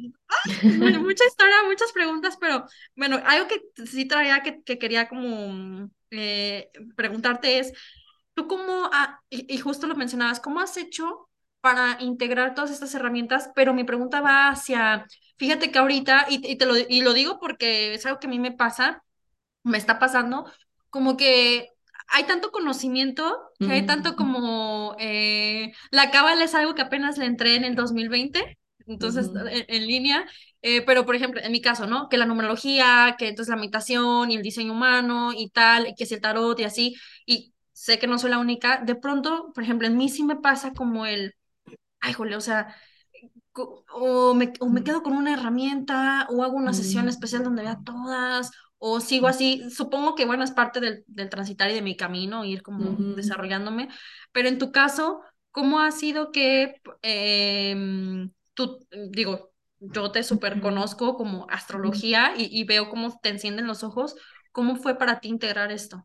mu- mucha historia, muchas preguntas, pero bueno, algo que sí traía que, que quería como mm, eh, preguntarte es, ¿tú cómo, ha- y, y justo lo mencionabas, cómo has hecho para integrar todas estas herramientas? Pero mi pregunta va hacia, fíjate que ahorita, y, y te lo, y lo digo porque es algo que a mí me pasa, me está pasando, como que hay tanto conocimiento, que hay tanto Ujú, como eh, la cábala es algo que apenas le entré en el dos mil veinte, entonces ujú, en, en línea, eh, pero por ejemplo, en mi caso, ¿no? Que la numerología, que entonces la meditación y el diseño humano y tal, y que si el tarot y así, y sé que no soy la única, de pronto, por ejemplo, en mí sí me pasa como el, ay, jole, o sea, co- o me, o me quedo con una herramienta, o hago una sesión ujú, especial donde vea todas, o sigo así. Supongo que, bueno, es parte del, del transitar y de mi camino, ir como ujú, desarrollándome. Pero en tu caso, ¿cómo ha sido que em, tú, digo, yo te super ujú, conozco como ujú. astrología y, y veo cómo te encienden los ojos? ¿Cómo fue para ti integrar esto?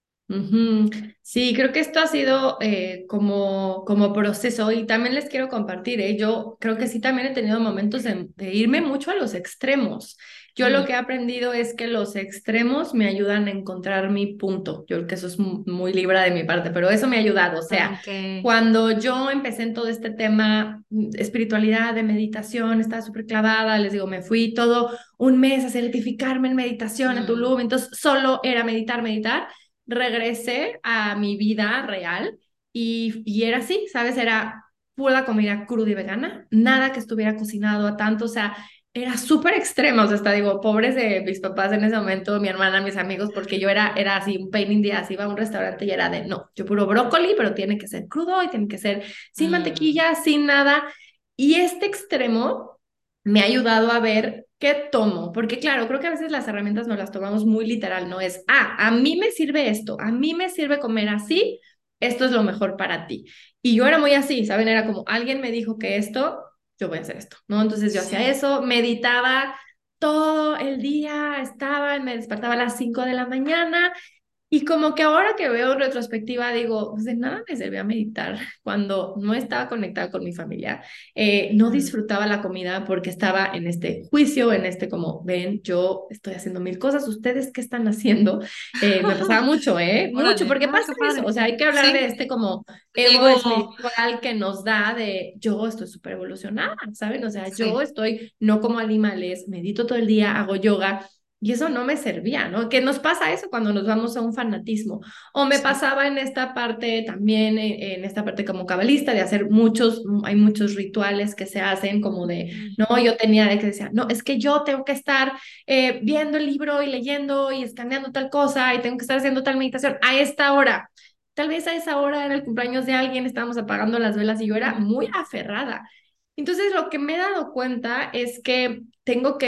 Ujú. Sí, creo que esto ha sido eh, como, como proceso y también les quiero compartir, ¿eh? Yo creo que sí también he tenido momentos de, de irme mucho a los extremos. Yo lo Mm, que he aprendido es que los extremos me ayudan a encontrar mi punto. Yo creo que eso es mu- muy libra de mi parte, pero eso me ha ayudado. O sea, ok. cuando yo empecé en todo este tema, mm, espiritualidad, de meditación, estaba súper clavada, les digo, me fui todo un mes a certificarme en meditación a Mm, Tulum, entonces solo era meditar, meditar. Regresé a mi vida real y, y era así, ¿sabes? Era pura comida cruda y vegana, nada que estuviera cocinado a tanto, o sea, era súper extremo, o sea, hasta digo, pobres de mis papás en ese momento, mi hermana, mis amigos, porque yo era, era así, un pain in the ass, iba a un restaurante y era de, no, yo puro brócoli, pero tiene que ser crudo y tiene que ser sin mm, mantequilla, sin nada. Y este extremo me ha ayudado a ver qué tomo, porque claro, creo que a veces las herramientas no las tomamos muy literal, no es, ah, a mí me sirve esto, a mí me sirve comer así, esto es lo mejor para ti. Y yo era muy así, ¿saben? Era como, alguien me dijo que esto, yo voy a hacer esto, ¿no? Entonces yo hacía sí. eso, meditaba todo el día, estaba, me despertaba a las cinco de la mañana y como que ahora que veo en retrospectiva, digo, pues de nada me servía meditar cuando no estaba conectada con mi familia, eh, no Mm, disfrutaba la comida porque estaba en este juicio, en este como, ven, yo estoy haciendo mil cosas, ¿ustedes qué están haciendo? Eh, me pasaba mucho, ¿eh? Mucho, órale, porque ay, pasa qué eso, padre. o sea, hay que hablar de Sí, este como ego ego, espiritual que nos da de yo estoy súper evolucionada, ¿saben? O sea, yo sí. estoy no como animales, medito todo el día, hago yoga. Y eso no me servía, ¿no? Que nos pasa eso cuando nos vamos a un fanatismo. O me Sí. pasaba en esta parte también, en, en esta parte como cabalista, de hacer muchos, hay muchos rituales que se hacen como de, Mm, no, yo tenía de que decía, no, es que yo tengo que estar eh, viendo el libro y leyendo y escaneando tal cosa y tengo que estar haciendo tal meditación a esta hora. Tal vez a esa hora era el cumpleaños de alguien, estábamos apagando las velas y yo era muy mm, aferrada. Entonces, lo que me he dado cuenta es que tengo que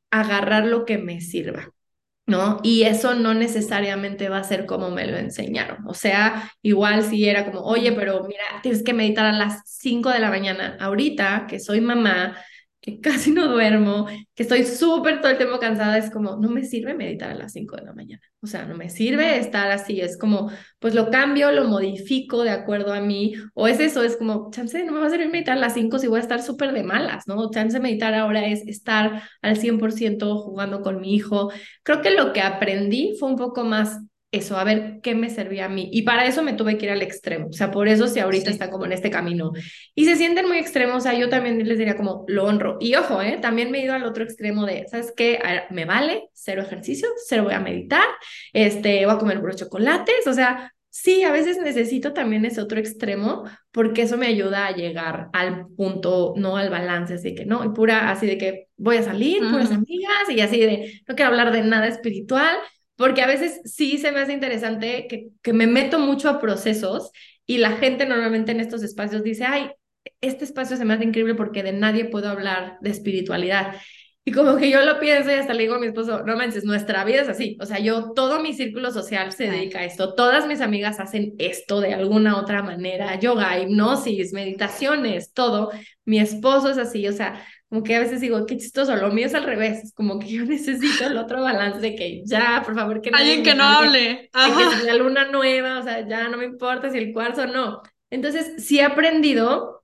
agarrar lo que me sirva. ¿No? Y eso no necesariamente va a ser como me lo enseñaron. O sea, igual si era como, oye, pero mira, tienes que meditar a las cinco de la mañana. Ahorita que soy mamá, que casi no duermo, que estoy súper todo el tiempo cansada, es como, no me sirve meditar a las cinco de la mañana. O sea, no me sirve estar así. Es como, pues lo cambio, lo modifico de acuerdo a mí. O es eso, es como, chance, no me va a servir meditar a las cinco si voy a estar súper de malas, ¿no? Chance meditar ahora es estar al cien por ciento jugando con mi hijo. Creo que lo que aprendí fue un poco más eso, a ver qué me servía a mí. Y para eso me tuve que ir al extremo. O sea, por eso si ahorita Sí. están como en este camino y se sienten muy extremos, o sea, yo también les diría como lo honro. Y ojo, ¿eh? También me he ido al otro extremo de, ¿sabes qué? A ver, me vale, cero ejercicio, cero voy a meditar, este, voy a comer puros chocolates. O sea, sí, a veces necesito también ese otro extremo porque eso me ayuda a llegar al punto, no al balance, así que no, y pura, así de que voy a salir, puras Ujú. amigas y así de, no quiero hablar de nada espiritual, porque a veces sí se me hace interesante que, que me meto mucho a procesos y la gente normalmente en estos espacios dice, ay, este espacio se me hace increíble porque de nadie puedo hablar de espiritualidad. Y como que yo lo pienso y hasta le digo a mi esposo, no manches, nuestra vida es así. O sea, yo, todo mi círculo social se Sí. dedica a esto. Todas mis amigas hacen esto de alguna otra manera. Yoga, hipnosis, meditaciones, todo. Mi esposo es así. O sea, como que a veces digo, qué chistoso, lo mío es al revés. Es como que yo necesito el otro balance de que ya, por favor, que nadie Alguien que me no hable hable. de que si Ajá. la luna nueva, o sea, ya no me importa si el cuarzo o no. Entonces, sí he aprendido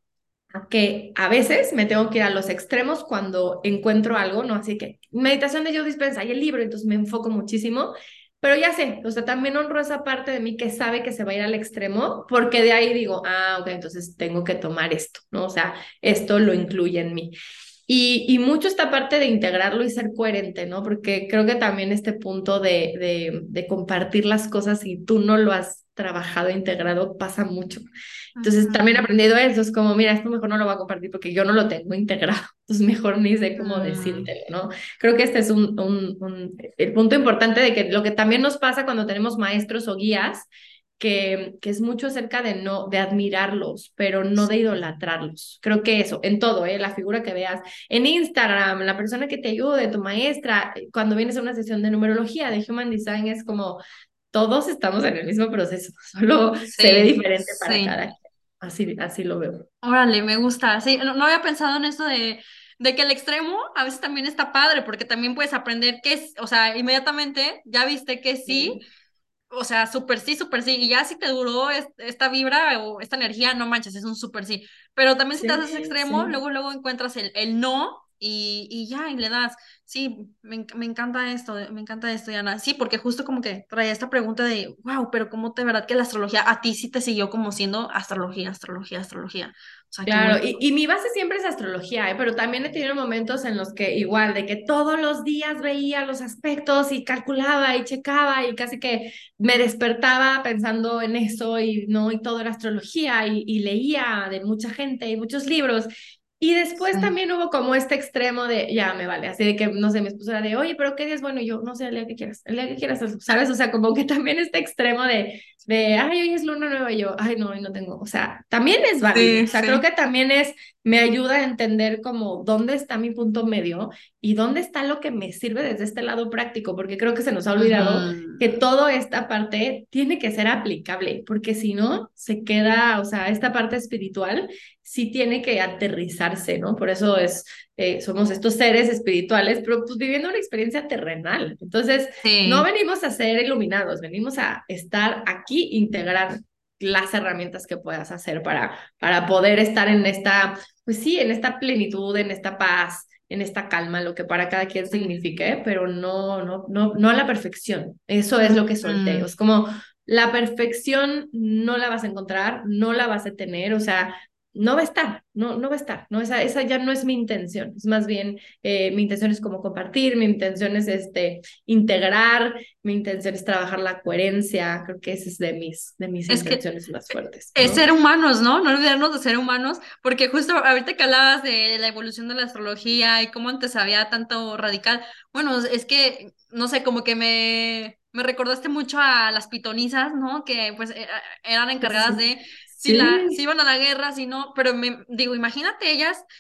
que a veces me tengo que ir a los extremos cuando encuentro algo, ¿no? Así que meditación de Joe Dispenza y el libro, entonces me enfoco muchísimo, pero ya sé, o sea, también honro esa parte de mí que sabe que se va a ir al extremo, porque de ahí digo, ah, ok, entonces tengo que tomar esto, ¿no? O sea, esto lo incluye en mí. Y, y mucho esta parte de integrarlo y ser coherente, ¿no? Porque creo que también este punto de, de, de compartir las cosas y tú no lo has trabajado, integrado, pasa mucho. Entonces también he Ujú. aprendido eso, es como, mira, esto mejor no lo voy a compartir porque yo no lo tengo integrado, entonces mejor ni sé cómo Mm. decírtelo, ¿no? Creo que este es un, un, un, el punto importante de que lo que también nos pasa cuando tenemos maestros o guías, que, que es mucho acerca de no, de admirarlos, pero no de idolatrarlos. Creo que eso, en todo, ¿eh? La figura que veas en Instagram, la persona que te ayude, tu maestra, cuando vienes a una sesión de numerología, de Human Design, es como todos estamos en el mismo proceso, solo se ve Sí, diferente para sí. cada quien. Así, así lo veo. Órale, me gusta. Sí, no, no había pensado en eso de, de que el extremo a veces también está padre, porque también puedes aprender que es, o sea, inmediatamente ya viste que sí, Sí, o sea, súper sí, súper sí, y ya si te duró es- esta vibra o esta energía, no manches, es un súper sí. Pero también si te haces sí, extremo, sí. luego, luego encuentras el, el no y, y ya, y le das. Sí, me, enc- me encanta esto, me encanta esto, Diana. Sí, porque justo como que traía esta pregunta de, wow, pero ¿cómo de verdad que la astrología a ti sí te siguió como siendo astrología, astrología, astrología? O sea, qué Claro, bonito. y, y mi base siempre es astrología, ¿eh? Pero también he tenido momentos en los que igual, de que todos los días veía los aspectos y calculaba y checaba y casi que me despertaba pensando en eso y no, y todo era astrología y, y leía de mucha gente y muchos libros. Y después Sí. también hubo como este extremo de, ya me vale, así de que, no sé, mi esposo era de, oye, pero ¿qué día es bueno? Y yo, no sé, el día que quieras, el día que quieras, ¿sabes? O sea, como que también este extremo de de, ay, hoy es luna nueva, y yo, ay, no, hoy no tengo, o sea, también es válido, o Sí, sea, creo sí. que también es, me ayuda a entender como dónde está mi punto medio y dónde está lo que me sirve desde este lado práctico, porque creo que se nos ha olvidado que Ujú. toda esta parte tiene que ser aplicable, porque si no, se queda, o sea, esta parte espiritual sí tiene que aterrizarse, ¿no? Por eso es, eh, somos estos seres espirituales, pero pues viviendo una experiencia terrenal. Entonces, no Sí. venimos a ser iluminados, venimos a estar aquí, integrar las herramientas que puedas hacer para, para poder estar en esta, pues sí, en esta plenitud, en esta paz, en esta calma, lo que para cada quien Sí. signifique, pero no, no, no, no a la perfección. Eso es lo que solté. Ujú. Es como la perfección no la vas a encontrar, no la vas a tener, o sea, no va a estar, no, no va a estar, no, esa, esa ya no es mi intención, es más bien, eh, mi intención es como compartir, mi intención es este, integrar, mi intención es trabajar la coherencia, creo que esa es de mis, de mis Es que intenciones más fuertes, es ¿no? ser humanos, ¿no? No olvidarnos de ser humanos, porque justo ahorita que hablabas de la evolución de la astrología y cómo antes había tanto radical, bueno, es que, no sé, como que me, me recordaste mucho a las pitonisas, ¿no? Que pues e- eran encargadas Sí, de si la, si sí, iban a la guerra, si no, pero me digo, imagínate ellas.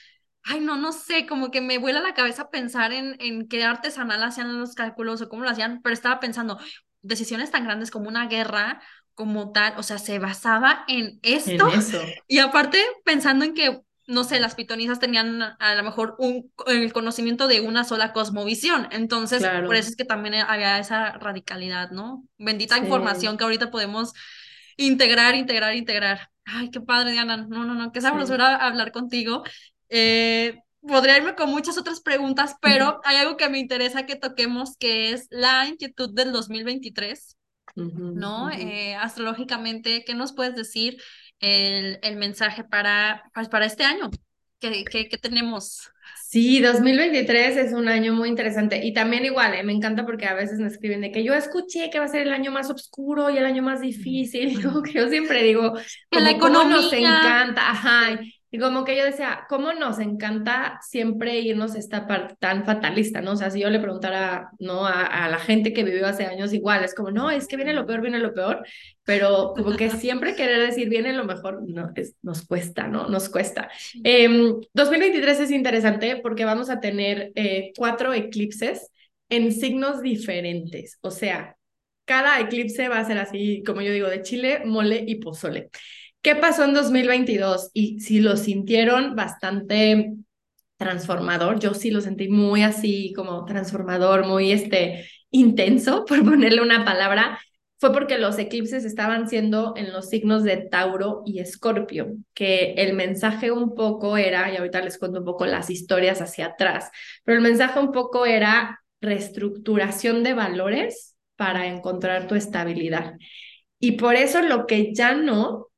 ay, no, no sé, como que me vuela la cabeza pensar en, en qué artesanal hacían los cálculos o cómo lo hacían, pero estaba pensando, decisiones tan grandes como una guerra, como tal, o sea, se basaba en esto, En eso. y aparte pensando en que, no sé, las pitonisas tenían a lo mejor un, el conocimiento de una sola cosmovisión, entonces por eso Claro, es que también había esa radicalidad, ¿no? Bendita información sí, que ahorita podemos integrar, integrar, integrar. Ay, qué padre, Diana. No, no, no, qué sí. sabrosura hablar contigo. Eh, podría irme con muchas otras preguntas, pero hay algo que me interesa que toquemos, que es la inquietud del dos mil veintitrés, Ujú, ¿no? ujú. Eh, astrológicamente, ¿qué nos puedes decir el, el mensaje para, pues, para este año? ¿Qué, qué, qué tenemos? Sí, dos mil veintitrés es un año muy interesante y también igual, eh, me encanta porque a veces me escriben de que yo escuché que va a ser el año más oscuro y el año más difícil y como que yo siempre digo, Que la como cómo nos economía. encanta, ajá, Sí. y como que yo decía, cómo nos encanta siempre irnos a esta parte tan fatalista, ¿no? O sea, si yo le preguntara, ¿no? A, a la gente que vivió hace años igual, es como, no, es que viene lo peor, viene lo peor, pero como que siempre querer decir viene lo mejor, no, es, nos cuesta, ¿no? Nos cuesta. Eh, dos mil veintitrés es interesante porque vamos a tener eh, cuatro eclipses en signos diferentes. O sea, cada eclipse va a ser así, como yo digo, de chile, mole y pozole. ¿Qué pasó en dos mil veintidós? Y si lo sintieron bastante transformador, yo sí lo sentí muy así como transformador, muy este intenso, por ponerle una palabra, fue porque los eclipses estaban siendo en los signos de Tauro y Escorpio, que el mensaje un poco era, y ahorita les cuento un poco las historias hacia atrás, pero el mensaje un poco era reestructuración de valores para encontrar tu estabilidad. Y por eso lo que ya no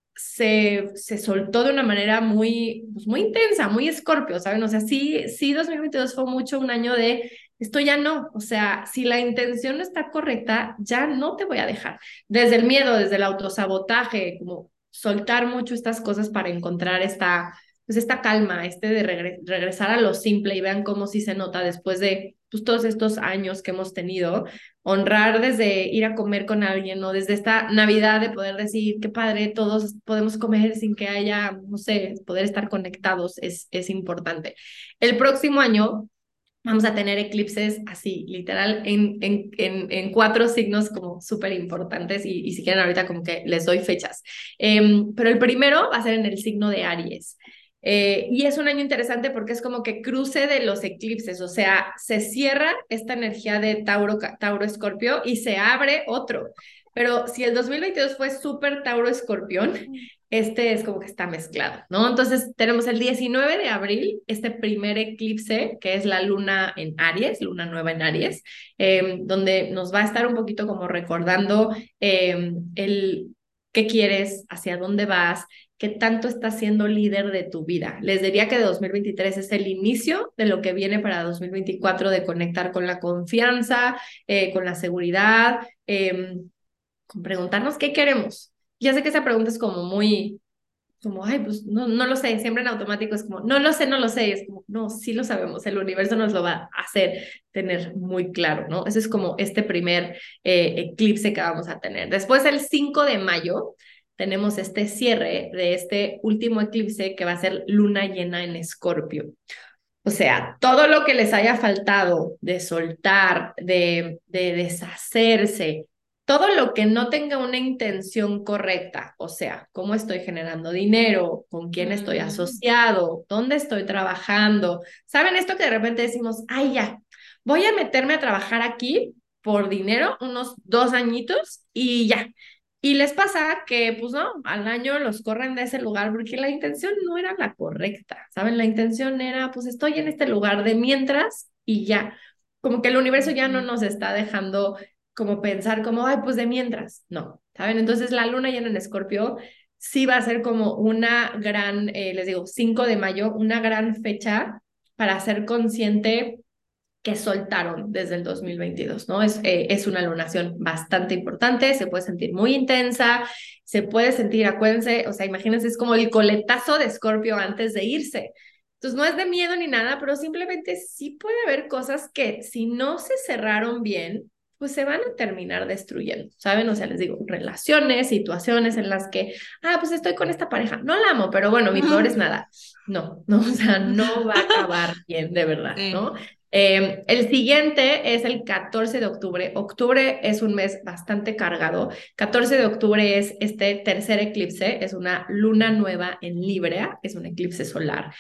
se, se soltó de una manera muy, pues muy intensa, muy escorpio, ¿saben? O sea, sí, sí, dos mil veintidós fue mucho un año de esto ya no, o sea, si la intención no está correcta, ya no te voy a dejar. Desde el miedo, desde el autosabotaje, como soltar mucho estas cosas para encontrar esta, pues esta calma, este de regre regresar a lo simple y vean cómo sí se nota después de pues, todos estos años que hemos tenido honrar desde ir a comer con alguien o desde esta Navidad de poder decir, qué padre, todos podemos comer sin que haya, no sé, poder estar conectados es, es importante. El próximo año vamos a tener eclipses así, literal, en, en, en, en cuatro signos como súper importantes y, y si quieren ahorita como que les doy fechas. Eh, pero el primero va a ser en el signo de Aries. Eh, y es un año interesante porque es como que cruce de los eclipses, o sea, se cierra esta energía de Tauro, Tauro Escorpio y se abre otro. Pero si el dos mil veintidós fue súper Tauro Escorpión, este es como que está mezclado, ¿no? Entonces tenemos el diecinueve de abril, este primer eclipse, que es la luna en Aries, luna nueva en Aries, eh, donde nos va a estar un poquito como recordando eh, el qué quieres, hacia dónde vas, qué tanto estás siendo líder de tu vida. Les diría que dos mil veintitrés es el inicio de lo que viene para dos mil veinticuatro de conectar con la confianza, eh, con la seguridad, eh, con preguntarnos qué queremos. Ya sé que esa pregunta es como muy, como, ay, pues no, no lo sé, siempre en automático es como, no lo sé, no lo sé, y es como, no, sí lo sabemos, el universo nos lo va a hacer tener muy claro, ¿no? Ese es como este primer eh, eclipse que vamos a tener. Después, el cinco de mayo, tenemos este cierre de este último eclipse que va a ser luna llena en Escorpio. O sea, todo lo que les haya faltado de soltar, de, de deshacerse, todo lo que no tenga una intención correcta, o sea, cómo estoy generando dinero, con quién estoy Mm. asociado, dónde estoy trabajando. ¿Saben esto que de repente decimos, ay, ya, voy a meterme a trabajar aquí por dinero unos dos añitos y ya? Y les pasa que, pues no, al año los corren de ese lugar porque la intención no era la correcta, ¿saben? La intención era, pues estoy en este lugar de mientras y ya. Como que el universo ya no Ujú. nos está dejando como pensar como, ay, pues de mientras. No, ¿saben? Entonces la luna llena en Escorpio sí va a ser como una gran, eh, les digo, cinco de mayo, una gran fecha para ser consciente que soltaron desde el dos mil veintidós, ¿no? Es, eh, es una lunación bastante importante, se puede sentir muy intensa, se puede sentir, acuérdense, o sea, imagínense, es como el coletazo de Escorpio antes de irse. Entonces, no es de miedo ni nada, pero simplemente sí puede haber cosas que si no se cerraron bien, pues se van a terminar destruyendo, ¿saben? O sea, les digo, relaciones, situaciones en las que, ah, pues estoy con esta pareja, no la amo, pero bueno, mi peor es nada. No, no, o sea, no va a acabar bien, de verdad, Sí. ¿no? Eh, el siguiente es el catorce de octubre. Octubre es un mes bastante cargado. catorce de octubre es este tercer eclipse, es una luna nueva en Libra, es un eclipse solar.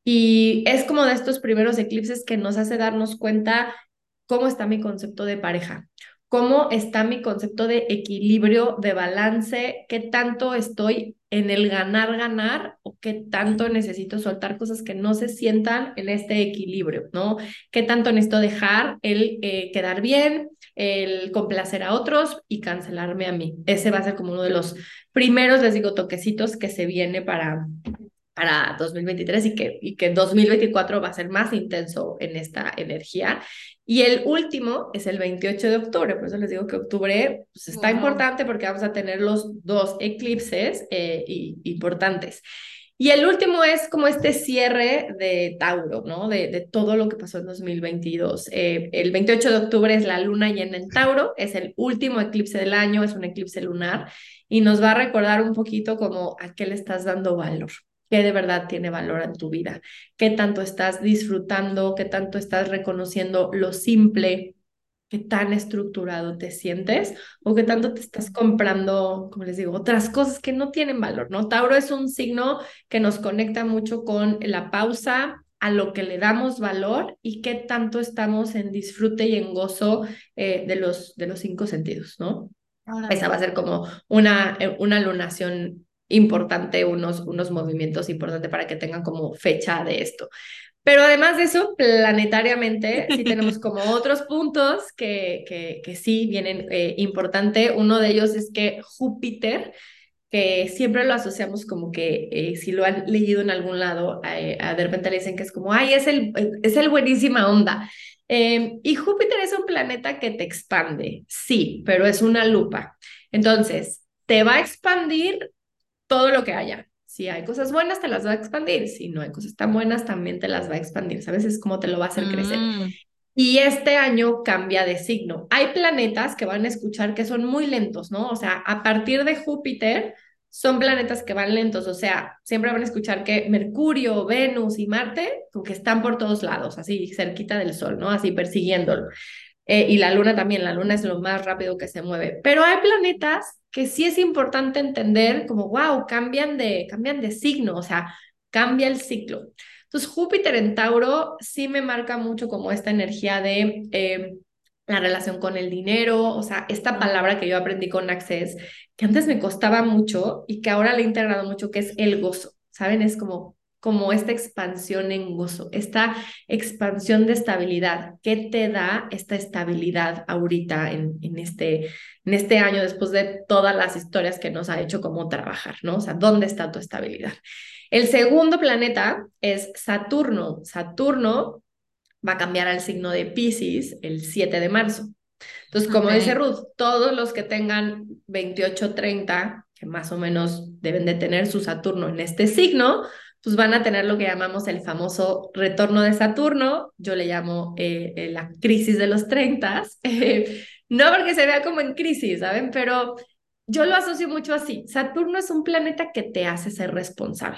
Y es como de estos primeros eclipses que nos hace darnos cuenta cómo está mi concepto de pareja, cómo está mi concepto de equilibrio, de balance, qué tanto estoy en el ganar, ganar o qué tanto necesito soltar cosas que no se sientan en este equilibrio, ¿no? Qué tanto necesito dejar el eh, quedar bien, el complacer a otros y cancelarme a mí. Ese va a ser como uno de los primeros, les digo, toquecitos que se viene para, para dos mil veintitrés y que, y que dos mil veinticuatro va a ser más intenso en esta energía. Y el último es el veintiocho de octubre, por eso les digo que octubre pues, está Wow. importante porque vamos a tener los dos eclipses eh, y, importantes. Y el último es como este cierre de Tauro, ¿no? De, de todo lo que pasó en dos mil veintidós. Eh, el veintiocho de octubre es la luna llena en Tauro, es el último eclipse del año, es un eclipse lunar y nos va a recordar un poquito como a qué le estás dando valor, qué de verdad tiene valor en tu vida, qué tanto estás disfrutando, qué tanto estás reconociendo lo simple, qué tan estructurado te sientes o qué tanto te estás comprando, como les digo, otras cosas que no tienen valor, ¿no? Tauro es un signo que nos conecta mucho con la pausa, a lo que le damos valor y qué tanto estamos en disfrute y en gozo eh, de los, de los cinco sentidos, ¿no? Esa va a Órale. ser como una, eh, una lunación importante, unos, unos movimientos importantes para que tengan como fecha de esto. Pero además de eso, planetariamente, sí tenemos como otros puntos que, que, que sí vienen eh, importante. Uno de ellos es que Júpiter, que siempre lo asociamos como que eh, si lo han leído en algún lado, eh, de repente le dicen que es como, ay, es el, es el buenísima onda. Eh, y Júpiter es un planeta que te expande, sí, pero es una lupa. Entonces, te va a expandir todo lo que haya. Si hay cosas buenas, te las va a expandir. Si no hay cosas tan buenas, también te las va a expandir. ¿Sabes? Es como te lo va a hacer crecer. Mm, Y este año cambia de signo. Hay planetas que van a escuchar que son muy lentos, ¿no? O sea, a partir de Júpiter son planetas que van lentos, o sea, siempre van a escuchar que Mercurio, Venus y Marte, como que están por todos lados, así cerquita del Sol, ¿no? Así persiguiéndolo. Eh, y la luna también, la luna es lo más rápido que se mueve. Pero hay planetas que sí es importante entender como, wow, cambian de, cambian de signo, o sea, cambia el ciclo. Entonces, Júpiter en Tauro sí me marca mucho como esta energía de eh, la relación con el dinero, o sea, esta mm. palabra que yo aprendí con Access, que antes me costaba mucho y que ahora le he integrado mucho, que es el gozo, ¿saben? Es como, como esta expansión en gozo, esta expansión de estabilidad. ¿Qué te da esta estabilidad ahorita en, en este, en este año después de todas las historias que nos ha hecho como trabajar, ¿no? O sea, ¿dónde está tu estabilidad? El segundo planeta es Saturno. Saturno va a cambiar al signo de Pisces el siete de marzo. Entonces, como dice Ok. Ruth, todos los que tengan veintiocho treinta, que más o menos deben de tener su Saturno en este signo, pues van a tener lo que llamamos el famoso retorno de Saturno. Yo le llamo eh, eh, la crisis de los treinta. Eh, no porque se vea como en crisis, ¿saben? Pero yo lo asocio mucho así. Saturno es un planeta que te hace ser responsable.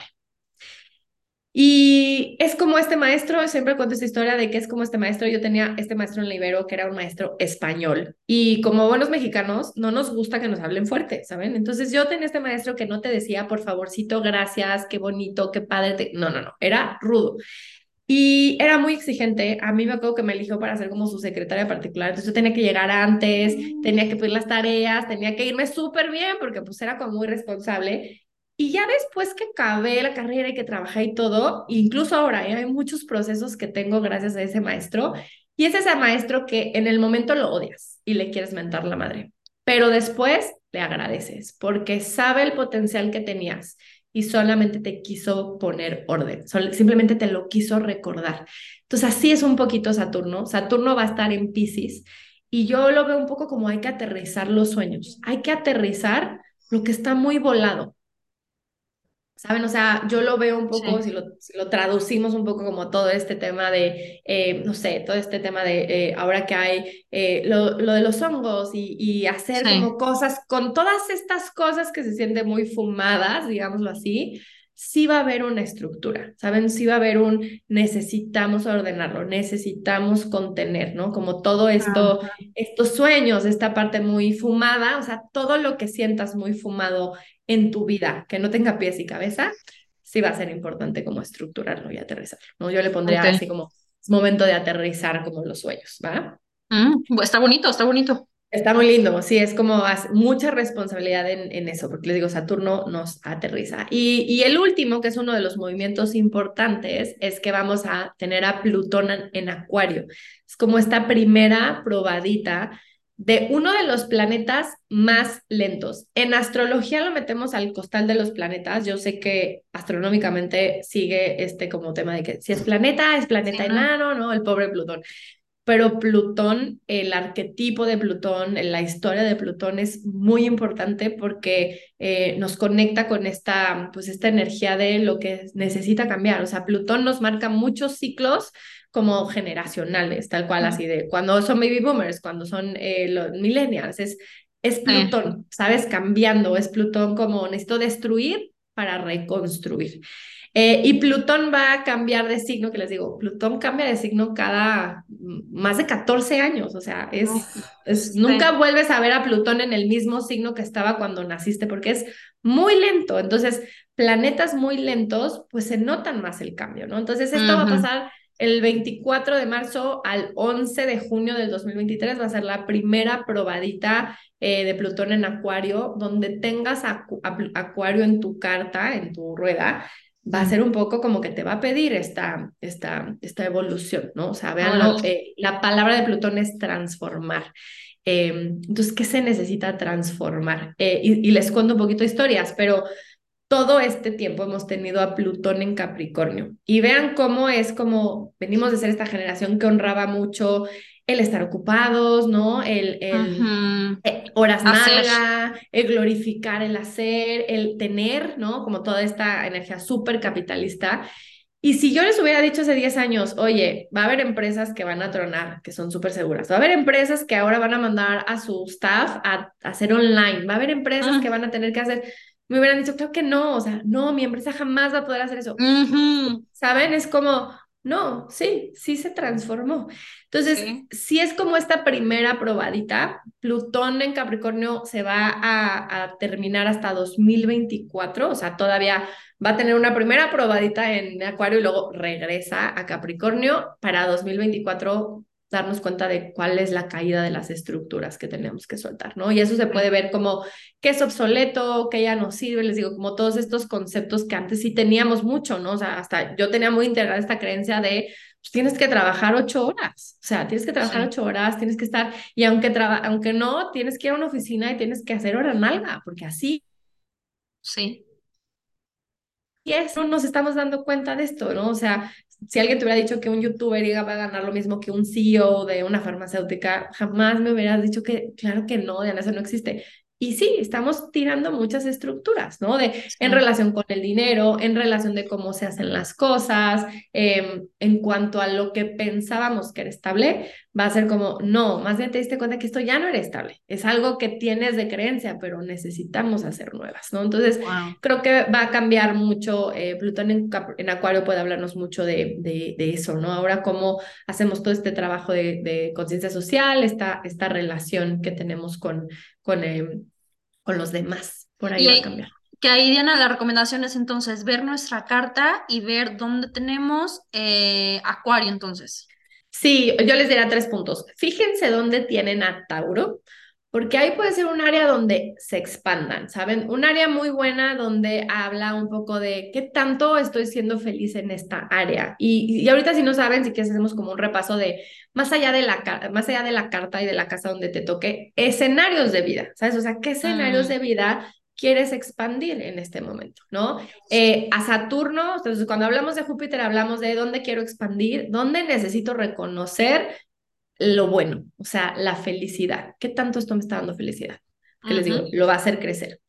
Y es como este maestro, siempre cuento esta historia de que es como este maestro, yo tenía este maestro en la Ibero que era un maestro español y como buenos mexicanos no nos gusta que nos hablen fuerte, ¿saben? Entonces yo tenía este maestro que no te decía, por favorcito, gracias, qué bonito, qué padre, te... no, no, no, era rudo. Y era muy exigente. A mí me acuerdo que me eligió para ser como su secretaria particular. Entonces yo tenía que llegar antes, tenía que pedir las tareas, tenía que irme súper bien porque pues era como muy responsable. Y ya después que acabé la carrera y que trabajé y todo, incluso ahora ¿eh? Hay muchos procesos que tengo gracias a ese maestro. Y es ese maestro que en el momento lo odias y le quieres mentar la madre. Pero después le agradeces porque sabe el potencial que tenías y solamente te quiso poner orden, simplemente te lo quiso recordar. Entonces así es un poquito Saturno. Saturno va a estar en Piscis y yo lo veo un poco como hay que aterrizar los sueños, hay que aterrizar lo que está muy volado. ¿Saben? O sea, yo lo veo un poco, Sí, si lo, si lo traducimos un poco como todo este tema de, eh, no sé, todo este tema de eh, ahora que hay eh, lo, lo de los hongos y, y hacer sí. como cosas con todas estas cosas que se sienten muy fumadas, digámoslo así, sí va a haber una estructura, ¿saben? Sí va a haber un necesitamos ordenarlo, necesitamos contener, ¿no? Como todo esto, Ajá. estos sueños, esta parte muy fumada, o sea, todo lo que sientas muy fumado en tu vida que no tenga pies y cabeza, sí va a ser importante como estructurarlo y aterrizarlo, ¿no? Yo le pondría Ok. así como, es momento de aterrizar como los sueños, ¿va? Mm, bu- está bonito, está bonito. Está muy lindo, sí, es como as- mucha responsabilidad en, en eso, porque les digo, Saturno nos aterriza. Y, y el último, que es uno de los movimientos importantes, es que vamos a tener a Plutón en, en Acuario. Es como esta primera probadita de uno de los planetas más lentos. En astrología lo metemos al costal de los planetas. Yo sé que astronómicamente sigue este como tema de que si es planeta, es Sí, planeta no. enano, ¿no? El pobre Plutón. Pero Plutón, el arquetipo de Plutón, la historia de Plutón es muy importante porque eh, nos conecta con esta, pues esta energía de lo que necesita cambiar. O sea, Plutón nos marca muchos ciclos como generacionales, tal cual Mm, así de cuando son baby boomers, cuando son eh, los millennials, es, es sí. Plutón, ¿sabes? Cambiando, es Plutón como necesito destruir para reconstruir. Eh, y Plutón va a cambiar de signo, que les digo, Plutón cambia de signo cada mm, más de catorce años, o sea, es, Uf, es, nunca sí. vuelves a ver a Plutón en el mismo signo que estaba cuando naciste, porque es muy lento. Entonces, planetas muy lentos, pues se notan más el cambio, ¿no? Entonces, esto va a Ujú, pasar el veinticuatro de marzo al once de junio del dos mil veintitrés, va a ser la primera probadita eh, de Plutón en Acuario, donde tengas acu a, Acuario en tu carta, en tu rueda va a sí. ser un poco como que te va a pedir esta, esta, esta evolución, ¿no? O sea, Órale. véanlo, eh, la palabra de Plutón es transformar. Eh, entonces, ¿qué se necesita transformar? Eh, y, y les cuento un poquito de historias, pero todo este tiempo hemos tenido a Plutón en Capricornio. Y vean cómo es como venimos de ser esta generación que honraba mucho el estar ocupados, ¿no? El, el Ujú. eh, horas Hacer. nalga, el glorificar el hacer, el tener, ¿no? Como toda esta energía súper capitalista. Y si yo les hubiera dicho hace diez años, oye, va a haber empresas que van a tronar, que son súper seguras, va a haber empresas que ahora van a mandar a su staff a, a hacer online, va a haber empresas que Mm, van a tener que hacer, me hubieran dicho, creo que no, o sea, no, mi empresa jamás va a poder hacer eso. ujú, ¿Saben? Es como, no, sí, sí se transformó. Entonces, sí. sí es como esta primera probadita. Plutón en Capricornio se va a, a terminar hasta dos mil veinticuatro, o sea, todavía va a tener una primera probadita en Acuario y luego regresa a Capricornio para dos mil veinticuatro darnos cuenta de cuál es la caída de las estructuras que tenemos que soltar, ¿no? Y eso se puede Sí. ver como que es obsoleto, que ya no sirve, les digo, como todos estos conceptos que antes sí teníamos mucho, ¿no? O sea, hasta yo tenía muy integrada esta creencia de, pues tienes que trabajar ocho horas, o sea, tienes que trabajar Sí. ocho horas, tienes que estar, y aunque, traba, aunque no, tienes que ir a una oficina y tienes que hacer hora nalga, porque así Sí. y eso nos estamos dando cuenta de esto, ¿no? O sea, si alguien te hubiera dicho que un youtuber iba a ganar lo mismo que un C E O de una farmacéutica, jamás me hubieras dicho que, claro que no, Diana, eso no existe. Y sí, estamos tirando muchas estructuras, ¿no? De, en Sí. relación con el dinero, en relación de cómo se hacen las cosas, eh, en cuanto a lo que pensábamos que era estable, va a ser como, no, más bien te diste cuenta que esto ya no era estable, es algo que tienes de creencia, pero necesitamos hacer nuevas, ¿no? Entonces, Wow. creo que va a cambiar mucho. Eh, Plutón en, en, Acuario puede hablarnos mucho de, de, de, eso, ¿no? Ahora cómo hacemos todo este trabajo de, de conciencia social, esta, esta relación que tenemos con, con, eh, con los demás, por ahí Y va a ahí, cambiar. que ahí, Diana, la recomendación es entonces ver nuestra carta y ver dónde tenemos eh, Acuario, entonces. Sí, yo les diría tres puntos. Fíjense dónde tienen a Tauro, porque ahí puede ser un área donde se expandan, ¿saben? Un área muy buena donde habla un poco de qué tanto estoy siendo feliz en esta área. Y, y ahorita si no saben, si quieres hacemos como un repaso de más allá de la, ca- más allá de la carta y de la casa donde te toque, escenarios de vida, ¿sabes? O sea, ¿qué escenarios Mm, de vida quieres expandir en este momento, ¿no? Eh, a Saturno, entonces cuando hablamos de Júpiter hablamos de dónde quiero expandir, dónde necesito reconocer lo bueno, o sea, la felicidad. ¿Qué tanto esto me está dando felicidad? Que les digo, ujú, lo va a hacer crecer.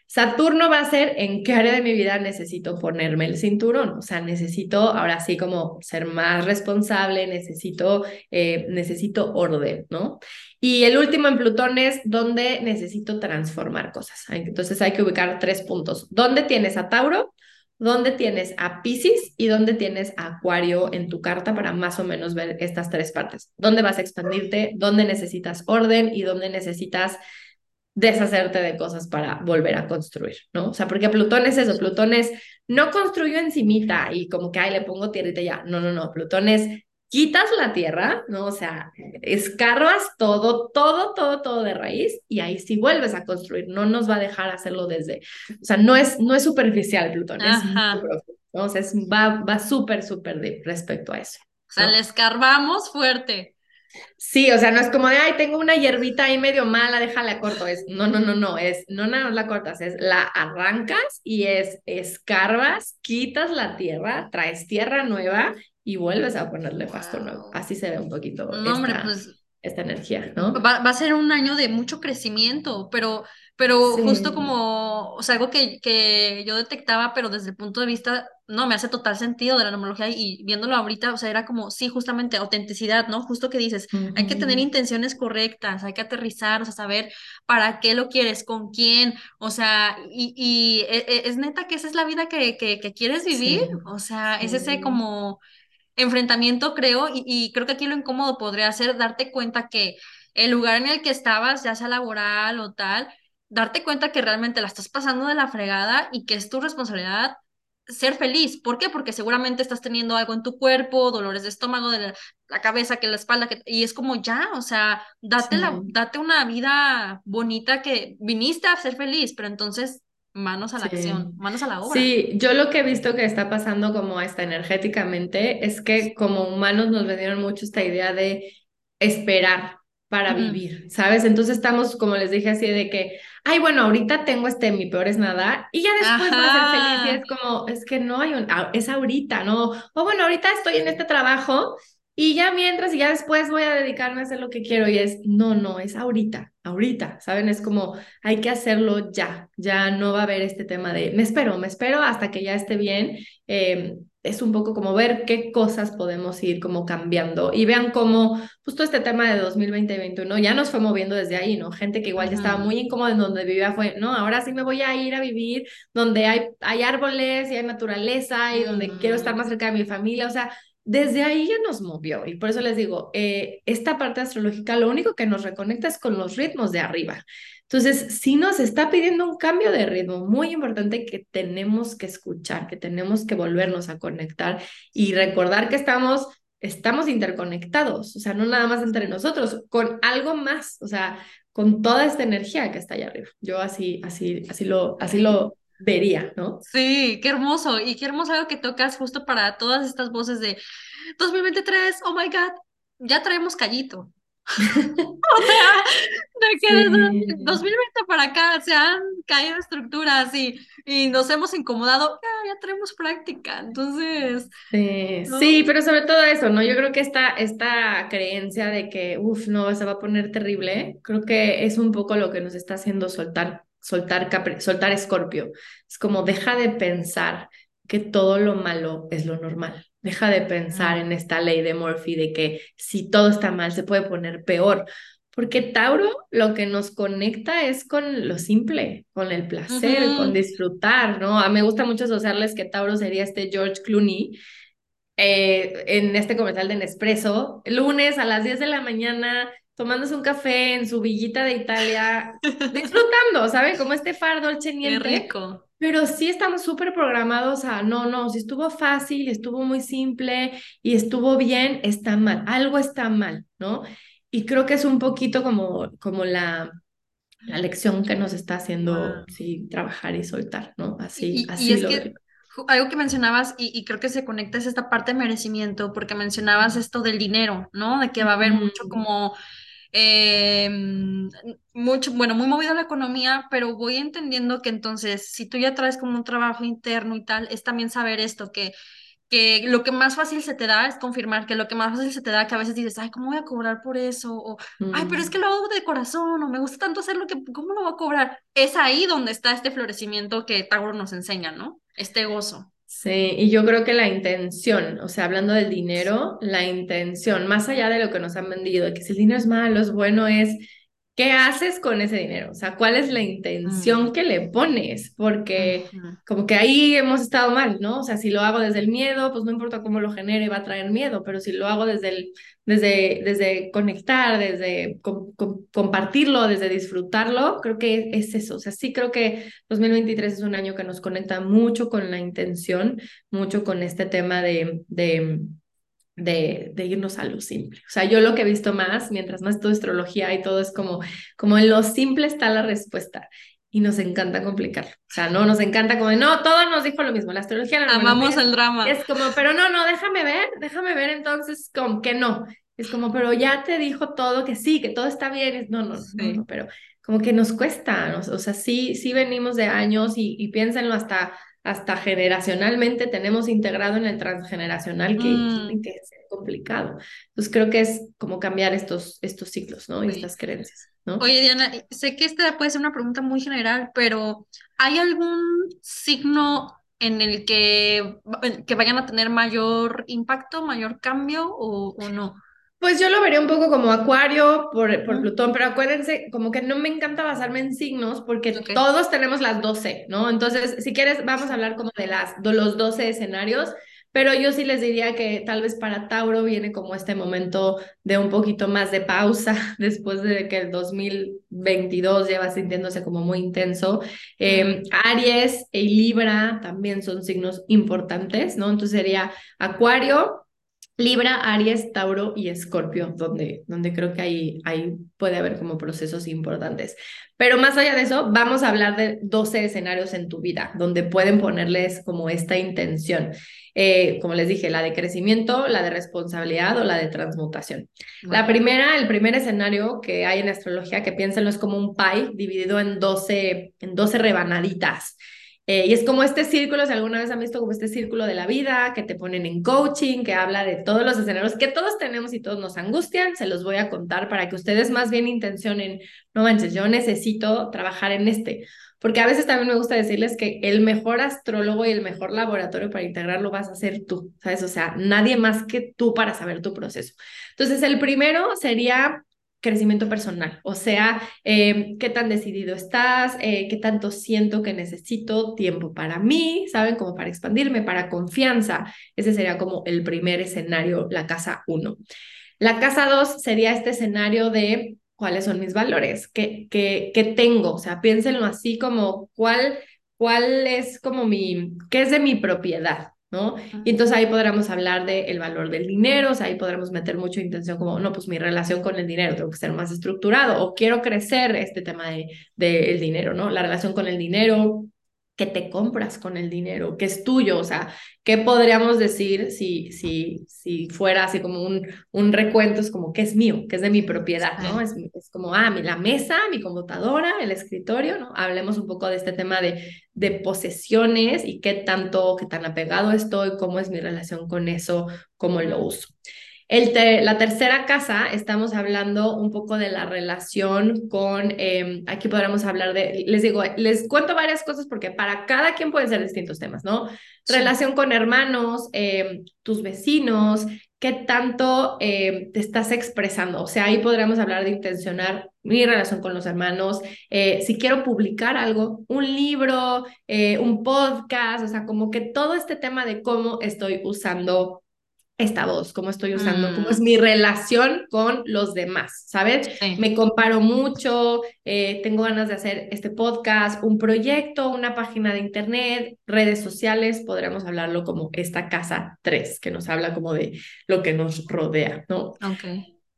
Saturno va a ser en qué área de mi vida necesito ponerme el cinturón, o sea, necesito ahora sí como ser más responsable, necesito, eh, necesito orden, ¿no? Y el último en Plutón es donde necesito transformar cosas. Entonces hay que ubicar tres puntos. ¿Dónde tienes a Tauro? ¿Dónde tienes a Piscis? ¿Y dónde tienes a Acuario en tu carta para más o menos ver estas tres partes? ¿Dónde vas a expandirte? ¿Dónde necesitas orden? ¿Y dónde necesitas deshacerte de cosas para volver a construir, ¿no? O sea, porque Plutón es eso, Plutón es, no construyo encimita y como que, ay, le pongo tierrita y ya, no, no, no, Plutón es, quitas la tierra, ¿no? O sea, escarbas todo, todo, todo, todo de raíz y ahí sí vuelves a construir, no nos va a dejar hacerlo desde, o sea, no es, no es superficial Plutón, es muy Ajá. profundo, ¿no? O sea, es, va, va súper, súper deep respecto a eso, O sea, le ¿no? escarbamos fuerte. Sí, o sea, no es como de, ay, tengo una hierbita ahí medio mala, déjala corto. Es, no, no, no, no, es, no nada más la cortas, es la arrancas y es escarbas, quitas la tierra, traes tierra nueva y vuelves a ponerle pasto nuevo. Wow. Así se ve un poquito No, hombre, esta, pues esta energía, ¿no? Va, va a ser un año de mucho crecimiento, pero, pero justo Sí. como, o sea, algo que, que yo detectaba, pero desde el punto de vista, no, me hace total sentido de la numerología y viéndolo ahorita, o sea, era como, sí, justamente autenticidad, ¿no? Justo que dices, hay que tener Ujú. intenciones correctas, hay que aterrizar, o sea, saber para qué lo quieres, con quién, o sea, y, y e- e- es neta que esa es la vida que, que, que quieres vivir, Sí, o sea, es ese sí, como enfrentamiento, creo, y, y creo que aquí lo incómodo podría ser darte cuenta que el lugar en el que estabas, ya sea laboral o tal, darte cuenta que realmente la estás pasando de la fregada y que es tu responsabilidad ser feliz. ¿Por qué? Porque seguramente estás teniendo algo en tu cuerpo, dolores de estómago, de la, la cabeza, que la espalda, que, y es como ya, o sea, date la, sí, date una vida bonita que viniste a ser feliz, pero entonces manos a la sí. acción, manos a la obra. Sí, yo lo que he visto que está pasando como hasta energéticamente es que como humanos nos vendieron mucho esta idea de esperar para Ujú. vivir, ¿sabes? Entonces estamos, como les dije así, de que, ay, bueno, ahorita tengo este, mi peor es nada, y ya después voy a ser feliz, y Ajá. es como, es que no hay un, ah, es ahorita, ¿no? O bueno, ahorita estoy en este trabajo y ya mientras y ya después voy a dedicarme a hacer lo que quiero, y es, no, no, es ahorita, ahorita, ¿saben? Es como hay que hacerlo ya, ya no va a haber este tema de me espero, me espero hasta que ya esté bien. Eh, es un poco como ver qué cosas podemos ir como cambiando y vean cómo justo este tema de dos mil veinte y veintiuno ya nos fue moviendo desde ahí, ¿no? Gente que igual ya estaba Ujú. muy incómoda en donde vivía fue, no, ahora sí me voy a ir a vivir donde hay, hay árboles y hay naturaleza y donde quiero estar Ujú. más cerca de mi familia, o sea, desde ahí ya nos movió y por eso les digo, eh, esta parte astrológica lo único que nos reconecta es con los ritmos de arriba. Entonces, sí nos está pidiendo un cambio de ritmo muy importante que tenemos que escuchar, que tenemos que volvernos a conectar y recordar que estamos, estamos interconectados, o sea, no nada más entre Sí. nosotros, con algo más, o sea, con toda esta energía que está allá arriba. Yo así, así, así lo, así lo vería, ¿no? Sí, qué hermoso. Y qué hermoso algo que tocas justo para todas estas voces de dos mil veintitrés, oh my God, ya traemos callito. O sea, de que desde Sí. dos mil veinte para acá se han caído estructuras y, y nos hemos incomodado, ya, ya traemos práctica. Entonces, Sí, sí, ¿no? pero sobre todo eso, ¿no? Yo creo que esta, esta creencia de que, uff, no, se va a poner terrible, creo que es un poco lo que nos está haciendo soltar, soltar, Capri- soltar Escorpio. Es como deja de pensar que todo lo malo es lo normal. Deja de pensar Mm. en esta ley de Murphy de que si todo está mal se puede poner peor. Porque Tauro lo que nos conecta es con lo simple, con el placer, con Ujú. disfrutar, ¿no? A mí me gusta mucho asociarles que Tauro sería este George Clooney eh, en este comercial de Nespresso, lunes a las diez de la mañana, tomándose un café en su villita de Italia, disfrutando, ¿sabe? Como este far dolce Qué niente, rico. pero sí estamos súper programados a, no, no, si estuvo fácil, estuvo muy simple y estuvo bien, está mal, algo está mal, ¿no? Y creo que es un poquito como, como la, la lección que nos está haciendo, Wow. sí, trabajar y soltar, ¿no? Así, Y, y, y así es lo que veo. ju- algo que mencionabas, y, y creo que se conecta es esta parte de merecimiento, porque mencionabas esto del dinero, ¿no? De que va a haber mucho Ujú. como, eh, mucho, bueno, muy movido la economía, pero voy entendiendo que entonces, si tú ya traes como un trabajo interno y tal, es también saber esto, que que lo que más fácil se te da es confirmar, que lo que más fácil se te da, que a veces dices, ay, ¿cómo voy a cobrar por eso? O, ay, pero es que Mm. lo hago de corazón, o me gusta tanto hacerlo que, ¿cómo lo voy a cobrar? Es ahí donde está este florecimiento que Tauro nos enseña, ¿no? Este gozo. Sí, y yo creo que la intención, o sea, hablando del dinero, la intención, más allá de lo que nos han vendido, de que si el dinero es malo, es bueno, es ¿qué haces con ese dinero? O sea, ¿cuál es la Mm, intención que le pones? Porque ujú. como que ahí hemos estado mal, ¿no? O sea, si lo hago desde el miedo, pues no importa cómo lo genere, va a traer miedo, pero si lo hago desde el, desde, desde conectar, desde com- com- compartirlo, desde disfrutarlo, creo que es eso. O sea, sí creo que dos mil veintitrés es un año que nos conecta mucho con la intención, mucho con este tema de, de de, de irnos a lo simple. O sea, yo lo que he visto más, mientras más todo astrología y todo es como, como en lo simple está la respuesta y nos encanta complicarlo. O sea, no, nos encanta como, de, no, todo nos dijo lo mismo, la astrología, la Amamos numerología, el drama. es como, pero no, no, déjame ver, déjame ver entonces como que no. Es como, pero ya te dijo todo que sí, que todo está bien. Es, no, no, no, no, Sí. pero como que nos cuesta, ¿no? O sea, sí, sí venimos de años y, y piénsenlo hasta hasta generacionalmente tenemos integrado en el transgeneracional que tiene Mm, que ser complicado. Entonces creo que es como cambiar estos, estos ciclos, ¿no? Y sí. estas creencias, ¿no? Oye, Diana, sé que esta puede ser una pregunta muy general, pero ¿hay algún signo en el que, que vayan a tener mayor impacto, mayor cambio o, o no? Pues yo lo vería un poco como Acuario por, por Mm, Plutón, pero acuérdense, como que no me encanta basarme en signos porque ok. todos tenemos las doce, ¿no? Entonces, si quieres, vamos a hablar como de, las, de los doce escenarios, pero yo sí les diría que tal vez para Tauro viene como este momento de un poquito más de pausa después de que el dos mil veintidós lleva sintiéndose como muy intenso. Eh, Mm, Aries y Libra también son signos importantes, ¿no? Entonces sería Acuario. Libra, Aries, Tauro y Escorpio, donde, donde creo que ahí, ahí puede haber como procesos importantes. Pero más allá de eso, vamos a hablar de doce escenarios en tu vida, donde pueden ponerles como esta intención. Eh, como les dije, la de crecimiento, la de responsabilidad o la de transmutación. La bueno. primera, el primer escenario que hay en astrología, que piénsenlo, es como un pie dividido en doce en doce rebanaditas. Eh, y es como este círculo, si alguna vez han visto como este círculo de la vida, que te ponen en coaching, que habla de todos los escenarios que todos tenemos y todos nos angustian, se los voy a contar para que ustedes más bien intencionen, no manches, yo necesito trabajar en este, porque a veces también me gusta decirles que el mejor astrólogo y el mejor laboratorio para integrarlo vas a ser tú, ¿sabes? O sea, nadie más que tú para saber tu proceso. Entonces, el primero sería crecimiento personal, o sea, eh, qué tan decidido estás, eh, qué tanto siento que necesito tiempo para mí, ¿saben? Como para expandirme, para confianza. Ese sería como el primer escenario, la casa uno. La casa dos sería este escenario de cuáles son mis valores, qué, qué, qué tengo, o sea, piénsenlo así como cuál, cuál es como mi, qué es de mi propiedad, ¿no? Y Mm, entonces ahí podremos hablar del valor del dinero, o sea, ahí podremos meter mucha intención como, no, pues mi relación con el dinero, tengo que ser más estructurado o quiero crecer este tema de, del dinero, ¿no? La relación con el dinero, qué te compras con el dinero, qué es tuyo, o sea, qué podríamos decir si, si, si fuera así como un, un recuento, es como qué es mío, qué es de mi propiedad, ¿no? sí. Es, es como, ah, mi, la mesa, mi computadora, el escritorio, ¿no? Hablemos un poco de este tema de de posesiones y qué tanto, qué tan apegado estoy, cómo es mi relación con eso, cómo lo Mm, uso. El te- la tercera casa, estamos hablando un poco de la relación con, eh, aquí podríamos hablar de, les digo, les cuento varias cosas porque para cada quien pueden ser distintos temas, ¿no? sí. Relación con hermanos, eh, tus vecinos, qué tanto eh, te estás expresando. O sea, ahí podríamos hablar de intencionar mi relación con los hermanos, eh, si quiero publicar algo, un libro, eh, un podcast, o sea, como que todo este tema de cómo estoy usando esta voz, cómo estoy usando, cómo es Mm, mi relación con los demás, ¿sabes? sí. Me comparo mucho, eh, tengo ganas de hacer este podcast, un proyecto, una página de internet, redes sociales, podríamos hablarlo como esta casa tres, que nos habla como de lo que nos rodea, ¿no? Ok.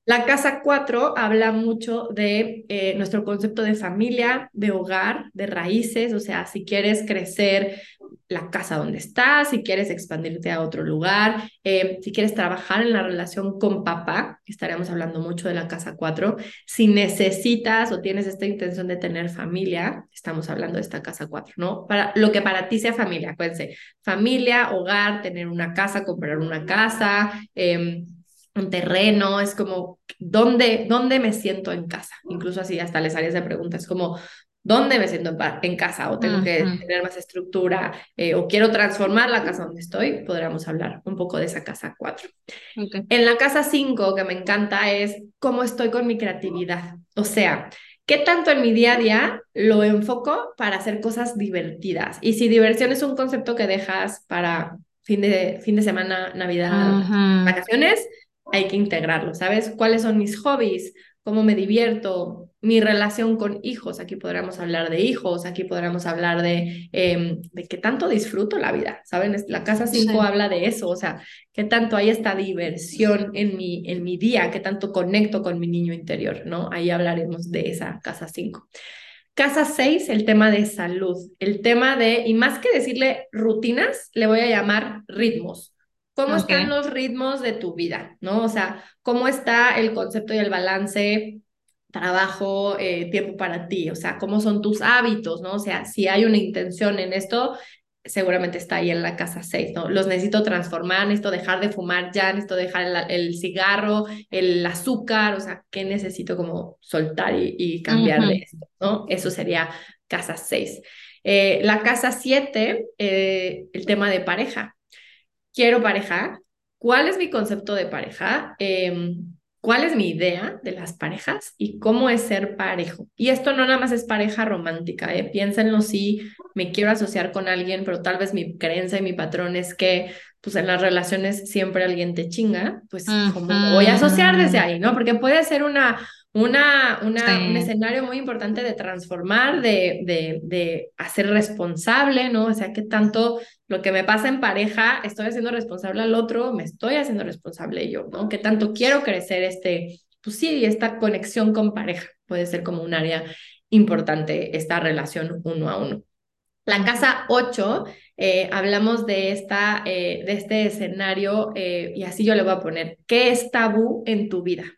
La casa cuatro habla mucho de eh, nuestro concepto de familia, de hogar, de raíces, o sea, si quieres crecer la casa donde estás, si quieres expandirte a otro lugar, eh, si quieres trabajar en la relación con papá, estaremos hablando mucho de la casa cuatro. Si necesitas o tienes esta intención de tener familia, estamos hablando de esta casa cuatro, ¿no? Para lo que para ti sea familia, acuérdense, familia, hogar, tener una casa, comprar una casa, eh, un terreno, es como, ¿dónde, dónde me siento en casa? Incluso así hasta les haría esa pregunta, es como, ¿dónde me siento en, en casa? O tengo que Ujú. tener más estructura, eh, o quiero transformar la casa donde estoy, podríamos hablar un poco de esa casa cuatro. Okay. En la casa cinco que me encanta, es cómo estoy con mi creatividad. O sea, ¿qué tanto en mi día a día lo enfoco para hacer cosas divertidas? Y si diversión es un concepto que dejas para fin de, fin de semana, Navidad, Ujú. vacaciones, hay que integrarlo, ¿sabes? ¿Cuáles son mis hobbies? ¿Cómo me divierto? Mi relación con hijos, aquí podríamos hablar de hijos, aquí podríamos hablar de, eh, de qué tanto disfruto la vida, ¿saben? La casa cinco Sí. habla de eso, o sea, qué tanto hay esta diversión en mi, en mi día, qué tanto conecto con mi niño interior, ¿no? Ahí hablaremos de esa casa cinco. Casa seis, el tema de salud, el tema de, y más que decirle rutinas, le voy a llamar ritmos. ¿Cómo están Okay. los ritmos de tu vida? ¿No? O sea, ¿cómo está el concepto y el balance? Trabajo, eh, tiempo para ti, o sea, cómo son tus hábitos, ¿no? O sea, si hay una intención en esto, seguramente está ahí en la casa seis, ¿no? Los necesito transformar, necesito dejar de fumar ya, necesito dejar el, el cigarro, el azúcar, o sea, ¿qué necesito como soltar y, y cambiar de Ujú. esto, ¿no? Eso sería casa seis. Eh, la casa siete, eh, el tema de pareja. Quiero pareja. ¿Cuál es mi concepto de pareja? Eh, ¿cuál es mi idea de las parejas y cómo es ser parejo? Y esto no nada más es pareja romántica, ¿eh? Piénsenlo si me quiero asociar con alguien, pero tal vez mi creencia y mi patrón es que pues en las relaciones siempre alguien te chinga, pues ¿cómo me voy a asociar desde Ujú. ahí, no? Porque puede ser una, una, una, un Sí. escenario muy importante de transformar, de, de, de hacer responsable, ¿no? O sea, que tanto lo que me pasa en pareja, estoy haciendo responsable al otro, me estoy haciendo responsable yo, ¿no? Que tanto quiero crecer este, pues sí, esta conexión con pareja puede ser como un área importante, esta relación uno a uno. La Ujú. casa ocho, eh, hablamos de, esta, eh, de este escenario, eh, y así yo le voy a poner, ¿qué es tabú en tu vida?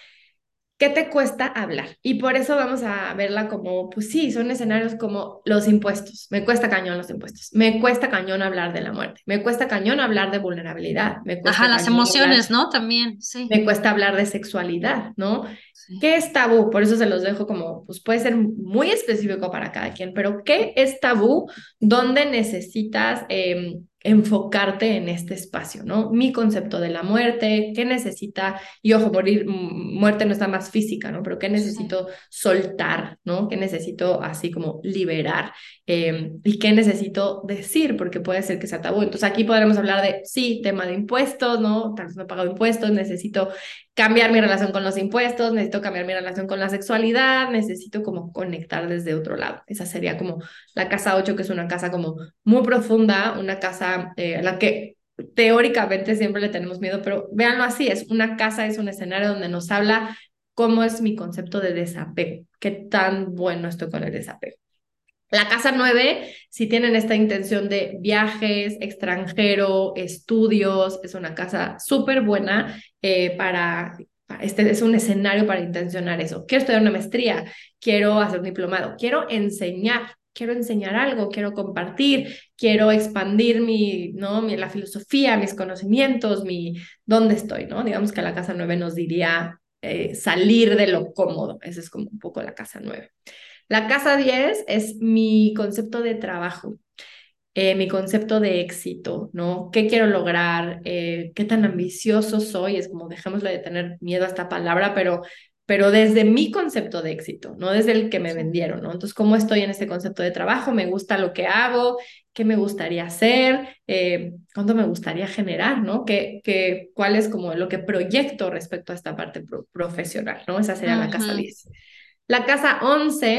¿Qué te cuesta hablar? Y por eso vamos a verla como, pues sí, son escenarios como los impuestos. Me cuesta cañón los impuestos. Me cuesta cañón hablar de la muerte. Me cuesta cañón hablar de vulnerabilidad. Me Ajá, cuesta las cañón hablar, emociones, ¿no? También, sí. me cuesta hablar de sexualidad, ¿no? Sí. ¿Qué es tabú? Por eso se los dejo como, pues puede ser muy específico para cada quien, pero ¿qué es tabú? ¿Dónde necesitas eh, enfocarte en este espacio, ¿no? Mi concepto de la muerte, ¿qué necesita? Y ojo, morir, mm, muerte no está más física, ¿no? Pero ¿qué Sí. necesito soltar, ¿no? ¿Qué necesito así como liberar? Eh, ¿y qué necesito decir? Porque puede ser que sea tabú. Entonces aquí podremos hablar de, sí, tema de impuestos, ¿no? Tal vez no he pagado impuestos, necesito cambiar mi relación con los impuestos, necesito cambiar mi relación con la sexualidad, necesito como conectar desde otro lado. Esa sería como la casa ocho, que es una casa como muy profunda, una casa eh, a la que teóricamente siempre le tenemos miedo, pero véanlo así, es una casa, es un escenario donde nos habla cómo es mi concepto de desapego, qué tan bueno estoy con el desapego. La casa nueve, si tienen esta intención de viajes, extranjero, estudios, es una casa súper buena eh, para, este es un escenario para intencionar eso. Quiero estudiar una maestría, quiero hacer un diplomado, quiero enseñar, quiero enseñar algo, quiero compartir, quiero expandir mi, ¿no? Mi, la filosofía, mis conocimientos, mi, dónde estoy, ¿no? Digamos que la casa nueve nos diría eh, salir de lo cómodo, esa es como un poco la casa nueve. La casa diez es mi concepto de trabajo, eh, mi concepto de éxito, ¿no? ¿Qué quiero lograr? Eh, ¿qué tan ambicioso soy? Es como, dejémosle de tener miedo a esta palabra, pero, pero desde mi concepto de éxito, no desde el que me Sí. vendieron, ¿no? Entonces, ¿cómo estoy en este concepto de trabajo? ¿Me gusta lo que hago? ¿Qué me gustaría hacer? Eh, ¿cuánto me gustaría generar, ¿no? ¿Qué, qué, cuál es como lo que proyecto respecto a esta parte pro profesional, ¿no? Esa sería la casa Ujú. diez. La casa once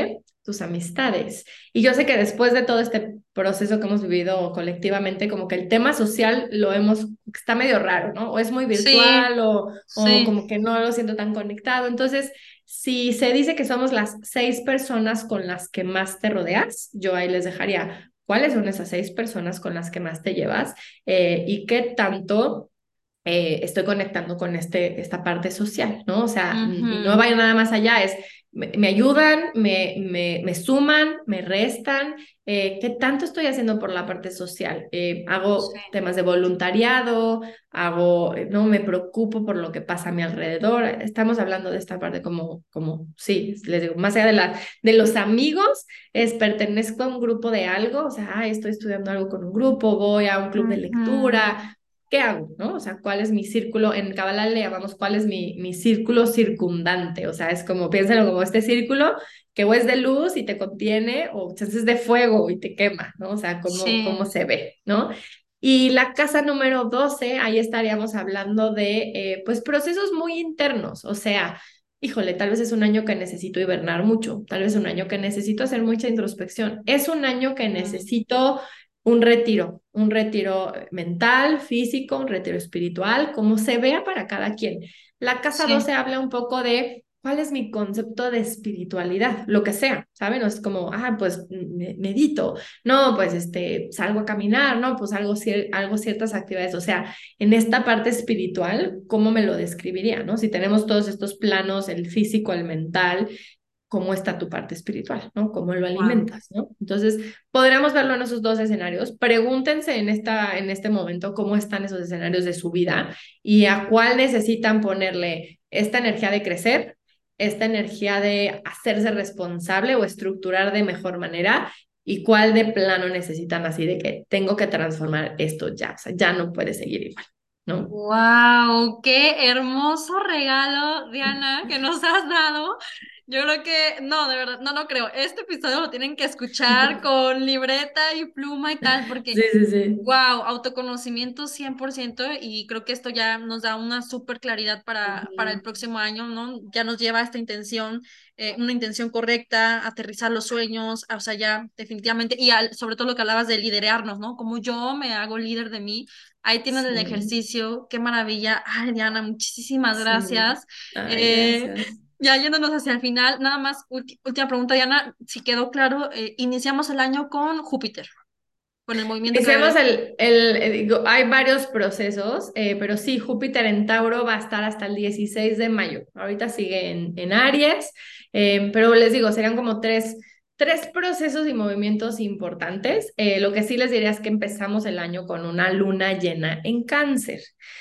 tus amistades. Y yo sé que después de todo este proceso que hemos vivido colectivamente, como que el tema social lo hemos, está medio raro, ¿no? O es muy Sí, virtual o, o sí. como que no lo siento tan conectado. Entonces, si se dice que somos las seis personas con las que más te rodeas, yo ahí les dejaría cuáles son esas seis personas con las que más te llevas eh, y qué tanto eh, estoy conectando con este, esta parte social, ¿no? O sea, y no Ujú, vaya nada más allá, es, me, me ayudan, me, me, me, suman, me restan, eh, ¿qué tanto estoy haciendo por la parte social? Eh, sí. hago temas de voluntariado, hago, eh, no me preocupo por lo que pasa a mi alrededor, estamos hablando de esta parte como, como sí, les digo, más allá de, la, de los amigos, es pertenezco a un grupo de algo, o sea, ah, estoy estudiando algo con un grupo, voy a un club de Ujú, lectura, ¿qué hago? ¿No? O sea, ¿cuál es mi círculo? En Kabbalah le llamamos cuál es mi, mi círculo circundante. O sea, es como, piénsalo como este círculo que o es de luz y te contiene o es de fuego y te quema, ¿no? O sea, cómo, sí. cómo se ve, ¿no? Y la casa número doce ahí estaríamos hablando de, eh, pues, procesos muy internos. O sea, híjole, tal vez es un año que necesito hibernar mucho, tal vez es un año que necesito hacer mucha introspección, es un año que Mm, necesito un retiro, un retiro mental, físico, un retiro espiritual, como se vea para cada quien. La casa sí. doce habla un poco de cuál es mi concepto de espiritualidad, lo que sea, ¿saben? No es como, ah, pues me- medito, no, pues este, salgo a caminar, no, pues algo, cier algo ciertas actividades, o sea, en esta parte espiritual, ¿cómo me lo describiría, no? Si tenemos todos estos planos, el físico, el mental, cómo está tu parte espiritual, ¿no? Cómo lo Wow. alimentas, ¿no? Entonces, podríamos verlo en esos dos escenarios. Pregúntense en, esta, en este momento cómo están esos escenarios de su vida y a cuál necesitan ponerle esta energía de crecer, esta energía de hacerse responsable o estructurar de mejor manera y cuál de plano necesitan así de que tengo que transformar esto ya, o sea, ya no puede seguir igual, ¿no? Wow, qué hermoso regalo, Diana, que nos has dado. Yo creo que, no, de verdad, no lo creo. Este episodio lo tienen que escuchar con libreta y pluma y tal, porque Sí, sí, sí. wow, autoconocimiento cien por ciento y creo que esto ya nos da una súper claridad para, para el Ujú. próximo año, ¿no? Ya nos lleva a esta intención, eh, una intención correcta, aterrizar los sueños, o sea, ya definitivamente, y al- sobre todo lo que hablabas de liderarnos, ¿no? Como yo me hago líder de mí, ahí tienen el Sí, ejercicio, qué maravilla. Ay, Diana, muchísimas sí. gracias. Ay, Eh, gracias. ya yéndonos hacia el final, nada más, ulti- última pregunta, Diana, si quedó claro, eh, iniciamos el año con Júpiter con el movimiento que va a Iniciamos haber. el, el, eh, digo, hay varios procesos, eh, pero sí, Júpiter en Tauro va a estar hasta el dieciséis de mayo. Ahorita sigue en, en Aries, eh, pero les digo, serían como tres, tres procesos y movimientos importantes. Eh, lo que sí les diría es que empezamos el año con una luna llena en Cáncer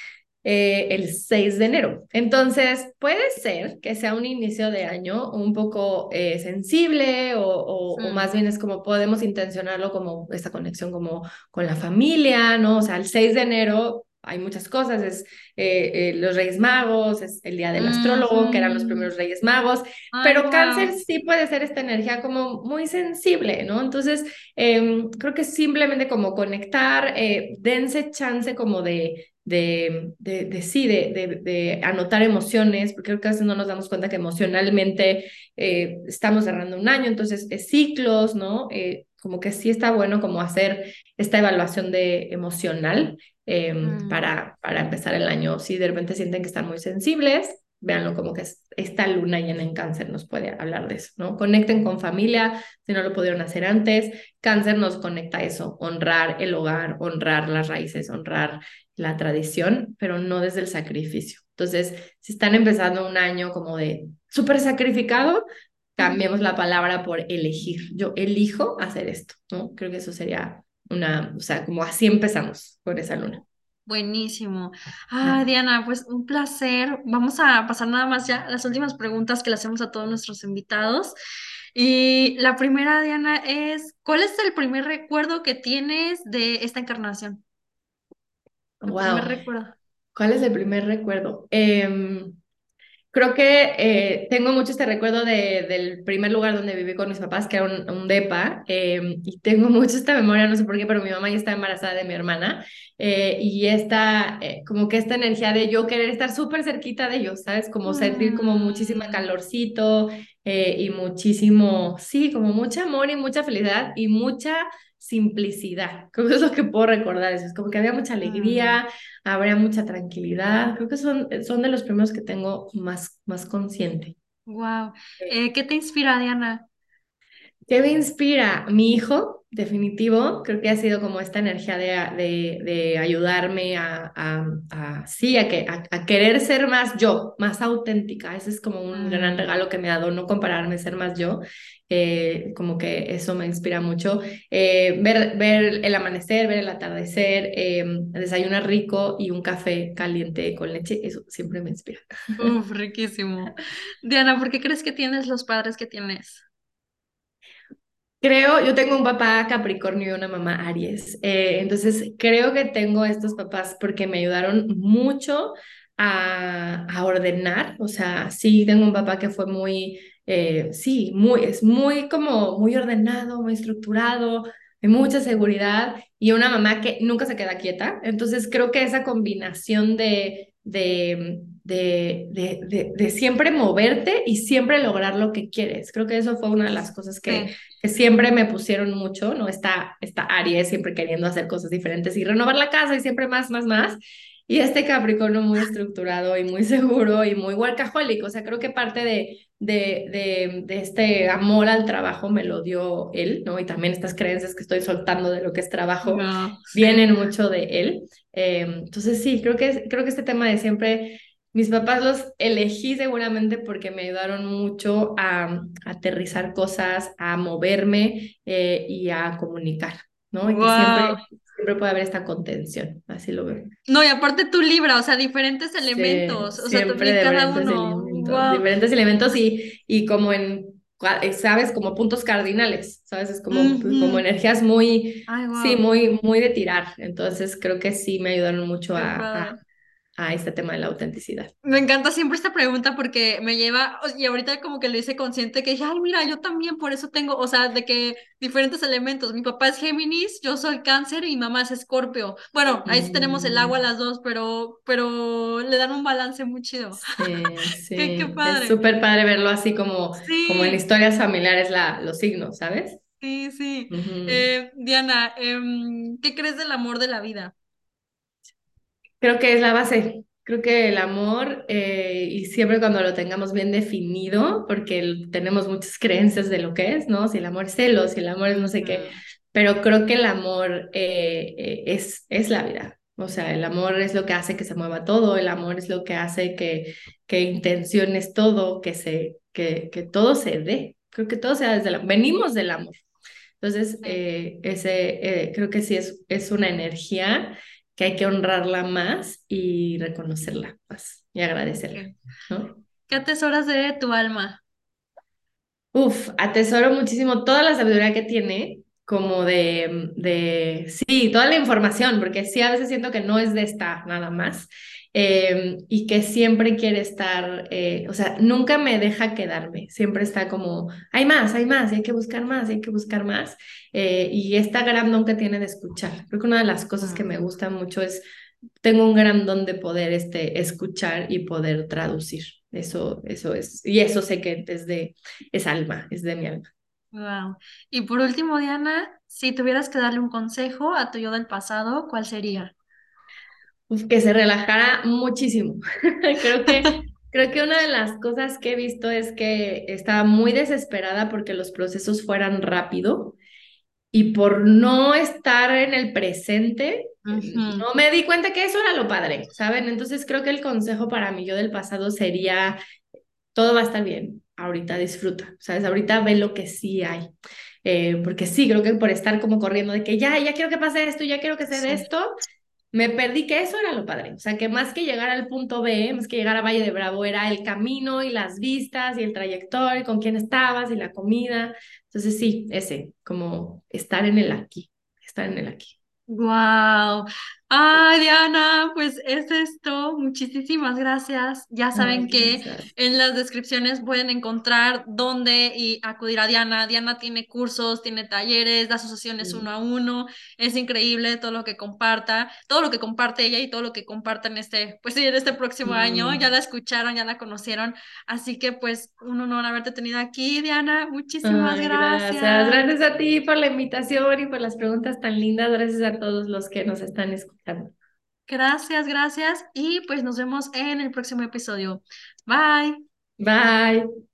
eh, el seis de enero. Entonces, puede ser que sea un inicio de año un poco eh, sensible o, o, o, más Mm, bien es como podemos intencionarlo como esta conexión como con la familia, ¿no? O sea, el seis de enero hay muchas cosas, es eh, eh, los Reyes Magos, es el día del astrólogo, que eran los ujú. primeros Reyes Magos, Ay, pero Cáncer wow. sí puede ser esta energía como muy sensible, ¿no? Entonces, eh, creo que simplemente como conectar, eh, dense chance como de de, de, de sí, de, de, de, anotar emociones, porque creo que a veces no nos damos cuenta que emocionalmente eh, estamos cerrando un año, entonces es ciclos, ¿no? Eh, como que sí está bueno como hacer esta evaluación de emocional eh, Mm, para, para empezar el año. Si de repente sienten que están muy sensibles, véanlo como que es, esta luna llena en cáncer nos puede hablar de eso, ¿no? Conecten con familia, si no lo pudieron hacer antes. Cáncer nos conecta a eso, honrar el hogar, honrar las raíces, honrar la tradición, pero no desde el sacrificio. Entonces, si están empezando un año como de súper sacrificado, cambiemos la palabra por elegir. Yo elijo hacer esto, ¿no? Creo que eso sería una, o sea, como así empezamos con esa luna. buenísimo. Ah, Ah, Diana, pues un placer. Vamos a pasar nada más ya a las últimas preguntas que le hacemos a todos nuestros invitados. Y la primera, Diana, es, ¿cuál es el primer recuerdo que tienes de esta encarnación? El primer wow. recuerdo. ¿Cuál es el primer recuerdo? Eh, Creo que eh, tengo mucho este recuerdo de, del primer lugar donde viví con mis papás, que era un, un depa, eh, y tengo mucho esta memoria, no sé por qué, pero mi mamá ya estaba embarazada de mi hermana, eh, y esta, eh, como que esta energía de yo querer estar súper cerquita de ellos, ¿sabes? Como sentir como muchísima Mm, calorcito eh, y muchísimo, sí, como mucho amor y mucha felicidad y mucha simplicidad. Creo que es lo que puedo recordar, es como que había mucha mm, alegría, habría mucha tranquilidad. Creo que son, son de los primeros que tengo más, más consciente. wow. Eh, ¿qué te inspira, Diana? ¿Qué me inspira? Mi hijo, definitivo, creo que ha sido como esta energía de, de, de ayudarme a, a, a- sí, a, que, a, a querer ser más yo, más auténtica. Ese es como un gran Mm, regalo que me ha dado, no compararme, ser más yo. Eh, como que eso me inspira mucho. Eh, ver, ver el amanecer, ver el atardecer, eh, desayunar rico y un café caliente con leche, eso siempre me inspira. uf, riquísimo. Diana, ¿por qué crees que tienes los padres que tienes? Creo, yo tengo un papá Capricornio y una mamá Aries. Eh, entonces creo que tengo estos papás porque me ayudaron mucho a, a ordenar. O sea, sí, tengo un papá que fue muy, eh, sí, muy, es muy como, muy ordenado, muy estructurado, de mucha seguridad y una mamá que nunca se queda quieta. Entonces creo que esa combinación de, de, de, de, de, de siempre moverte y siempre lograr lo que quieres. Creo que eso fue una de las cosas que Sí. que siempre me pusieron mucho, ¿no? Está, está Aries siempre queriendo hacer cosas diferentes y renovar la casa y siempre más, más, más. Y este Capricornio muy estructurado y muy seguro y muy workaholic. O sea, creo que parte de, de, de, de este amor al trabajo me lo dio él, ¿no? Y también estas creencias que estoy soltando de lo que es trabajo No, sí. vienen mucho de él. Eh, entonces, sí, creo que, creo que este tema de siempre mis papás los elegí seguramente porque me ayudaron mucho a, a aterrizar cosas, a moverme eh, y a comunicar, ¿no? Y que siempre, Wow. siempre puede haber esta contención, así lo veo. No, y aparte tu Libra, o sea, diferentes Sí, elementos, o sea, siempre también cada diferentes uno. elementos, Wow. diferentes elementos y, y como en, cua- eh, ¿sabes? Como puntos cardinales, ¿sabes? Es como, pues, como Ujú. energías muy, Ay, sí, wow. muy, muy de tirar. Entonces creo que sí me ayudaron mucho Qué a, a, padre. a este tema de la autenticidad. Me encanta siempre esta pregunta porque me lleva, o- y ahorita como que lo hice consciente que dije, ay, mira, yo también por eso tengo, o sea, de que diferentes elementos. Mi papá es Géminis, yo soy Cáncer y mi mamá es Escorpio. Bueno, ahí sí tenemos el agua Mm. las dos, pero, pero le dan un balance muy chido. Sí, Qué, qué sí, es padre. súper padre verlo así como, como en Sí, historias familiares la, los signos, ¿sabes? sí, sí. Ujú. Eh, Diana, em, ¿qué crees del amor de la vida? Creo que es la base, creo que el amor, eh, y siempre cuando lo tengamos bien definido, porque el- tenemos muchas creencias de lo que es, ¿no? Si el amor es celos, si el amor es no sé qué, Ujú. pero creo que el amor eh, eh, es, es la vida. O sea, el amor es lo que hace que se mueva todo, el amor es lo que hace que, que intenciones todo, que, se, que, que todo se dé. Creo que todo se da desde el amor. Venimos del amor. Entonces, Sí. eh, ese, eh, creo que sí es, es una energía que hay que honrarla más y reconocerla más y agradecerla, Ok. ¿no? ¿Qué atesoras de tu alma? Uf, atesoro muchísimo toda la sabiduría que tiene, como de, de, sí, toda la información, porque sí, a veces siento que no es de esta nada más, eh, y que siempre quiere estar, eh, o sea, nunca me deja quedarme, siempre está como, hay más, hay más, y hay que buscar más, y hay que buscar más, eh, y esta gran don que tiene de escuchar. Creo que una de las cosas que me Mm, gusta mucho es tengo un gran don de poder este, escuchar y poder traducir. Eso, eso es, y eso sé que es de, es alma, es de mi alma. wow. Y por último, Diana, si tuvieras que darle un consejo a tu yo del pasado, ¿cuál sería? Uf, que se relajara muchísimo. Creo que, creo que una de las cosas que he visto es que estaba muy desesperada porque los procesos fueran rápido y por no estar en el presente, eh, Ujú. no me di cuenta que eso era lo padre, ¿saben? Entonces creo que el consejo para mí yo del pasado sería todo va a estar bien. Ahorita disfruta, ¿sabes? Ahorita ve lo que sí hay. Eh, porque sí, creo que por estar como corriendo de que ya, ya quiero que pase esto, ya quiero que se dé Sí. esto, me perdí que eso era lo padre. O sea, que más que llegar al punto B, más que llegar a Valle de Bravo, era el camino y las vistas y el trayectorio, y con quién estabas y la comida. Entonces sí, ese, como estar en el aquí, estar en el aquí. Wow. Ay, Diana, pues es esto. Muchísimas gracias. Ya Ay, saben que gracias. en las descripciones pueden encontrar dónde y acudir a Diana. Diana tiene cursos, tiene talleres, da sus sesiones uno Sí. a uno. Es increíble todo lo que comparta, todo lo que comparte ella y todo lo que comparta en este, pues sí, en este próximo año. Ya Mm. la escucharon, ya la conocieron. Así que pues un honor haberte tenido aquí, Diana. Muchísimas Ay, gracias. gracias. Gracias a ti por la invitación y por las preguntas tan lindas. Gracias a todos los que nos están escuchando. Gracias, gracias. Y pues nos vemos en el próximo episodio. Bye. Bye.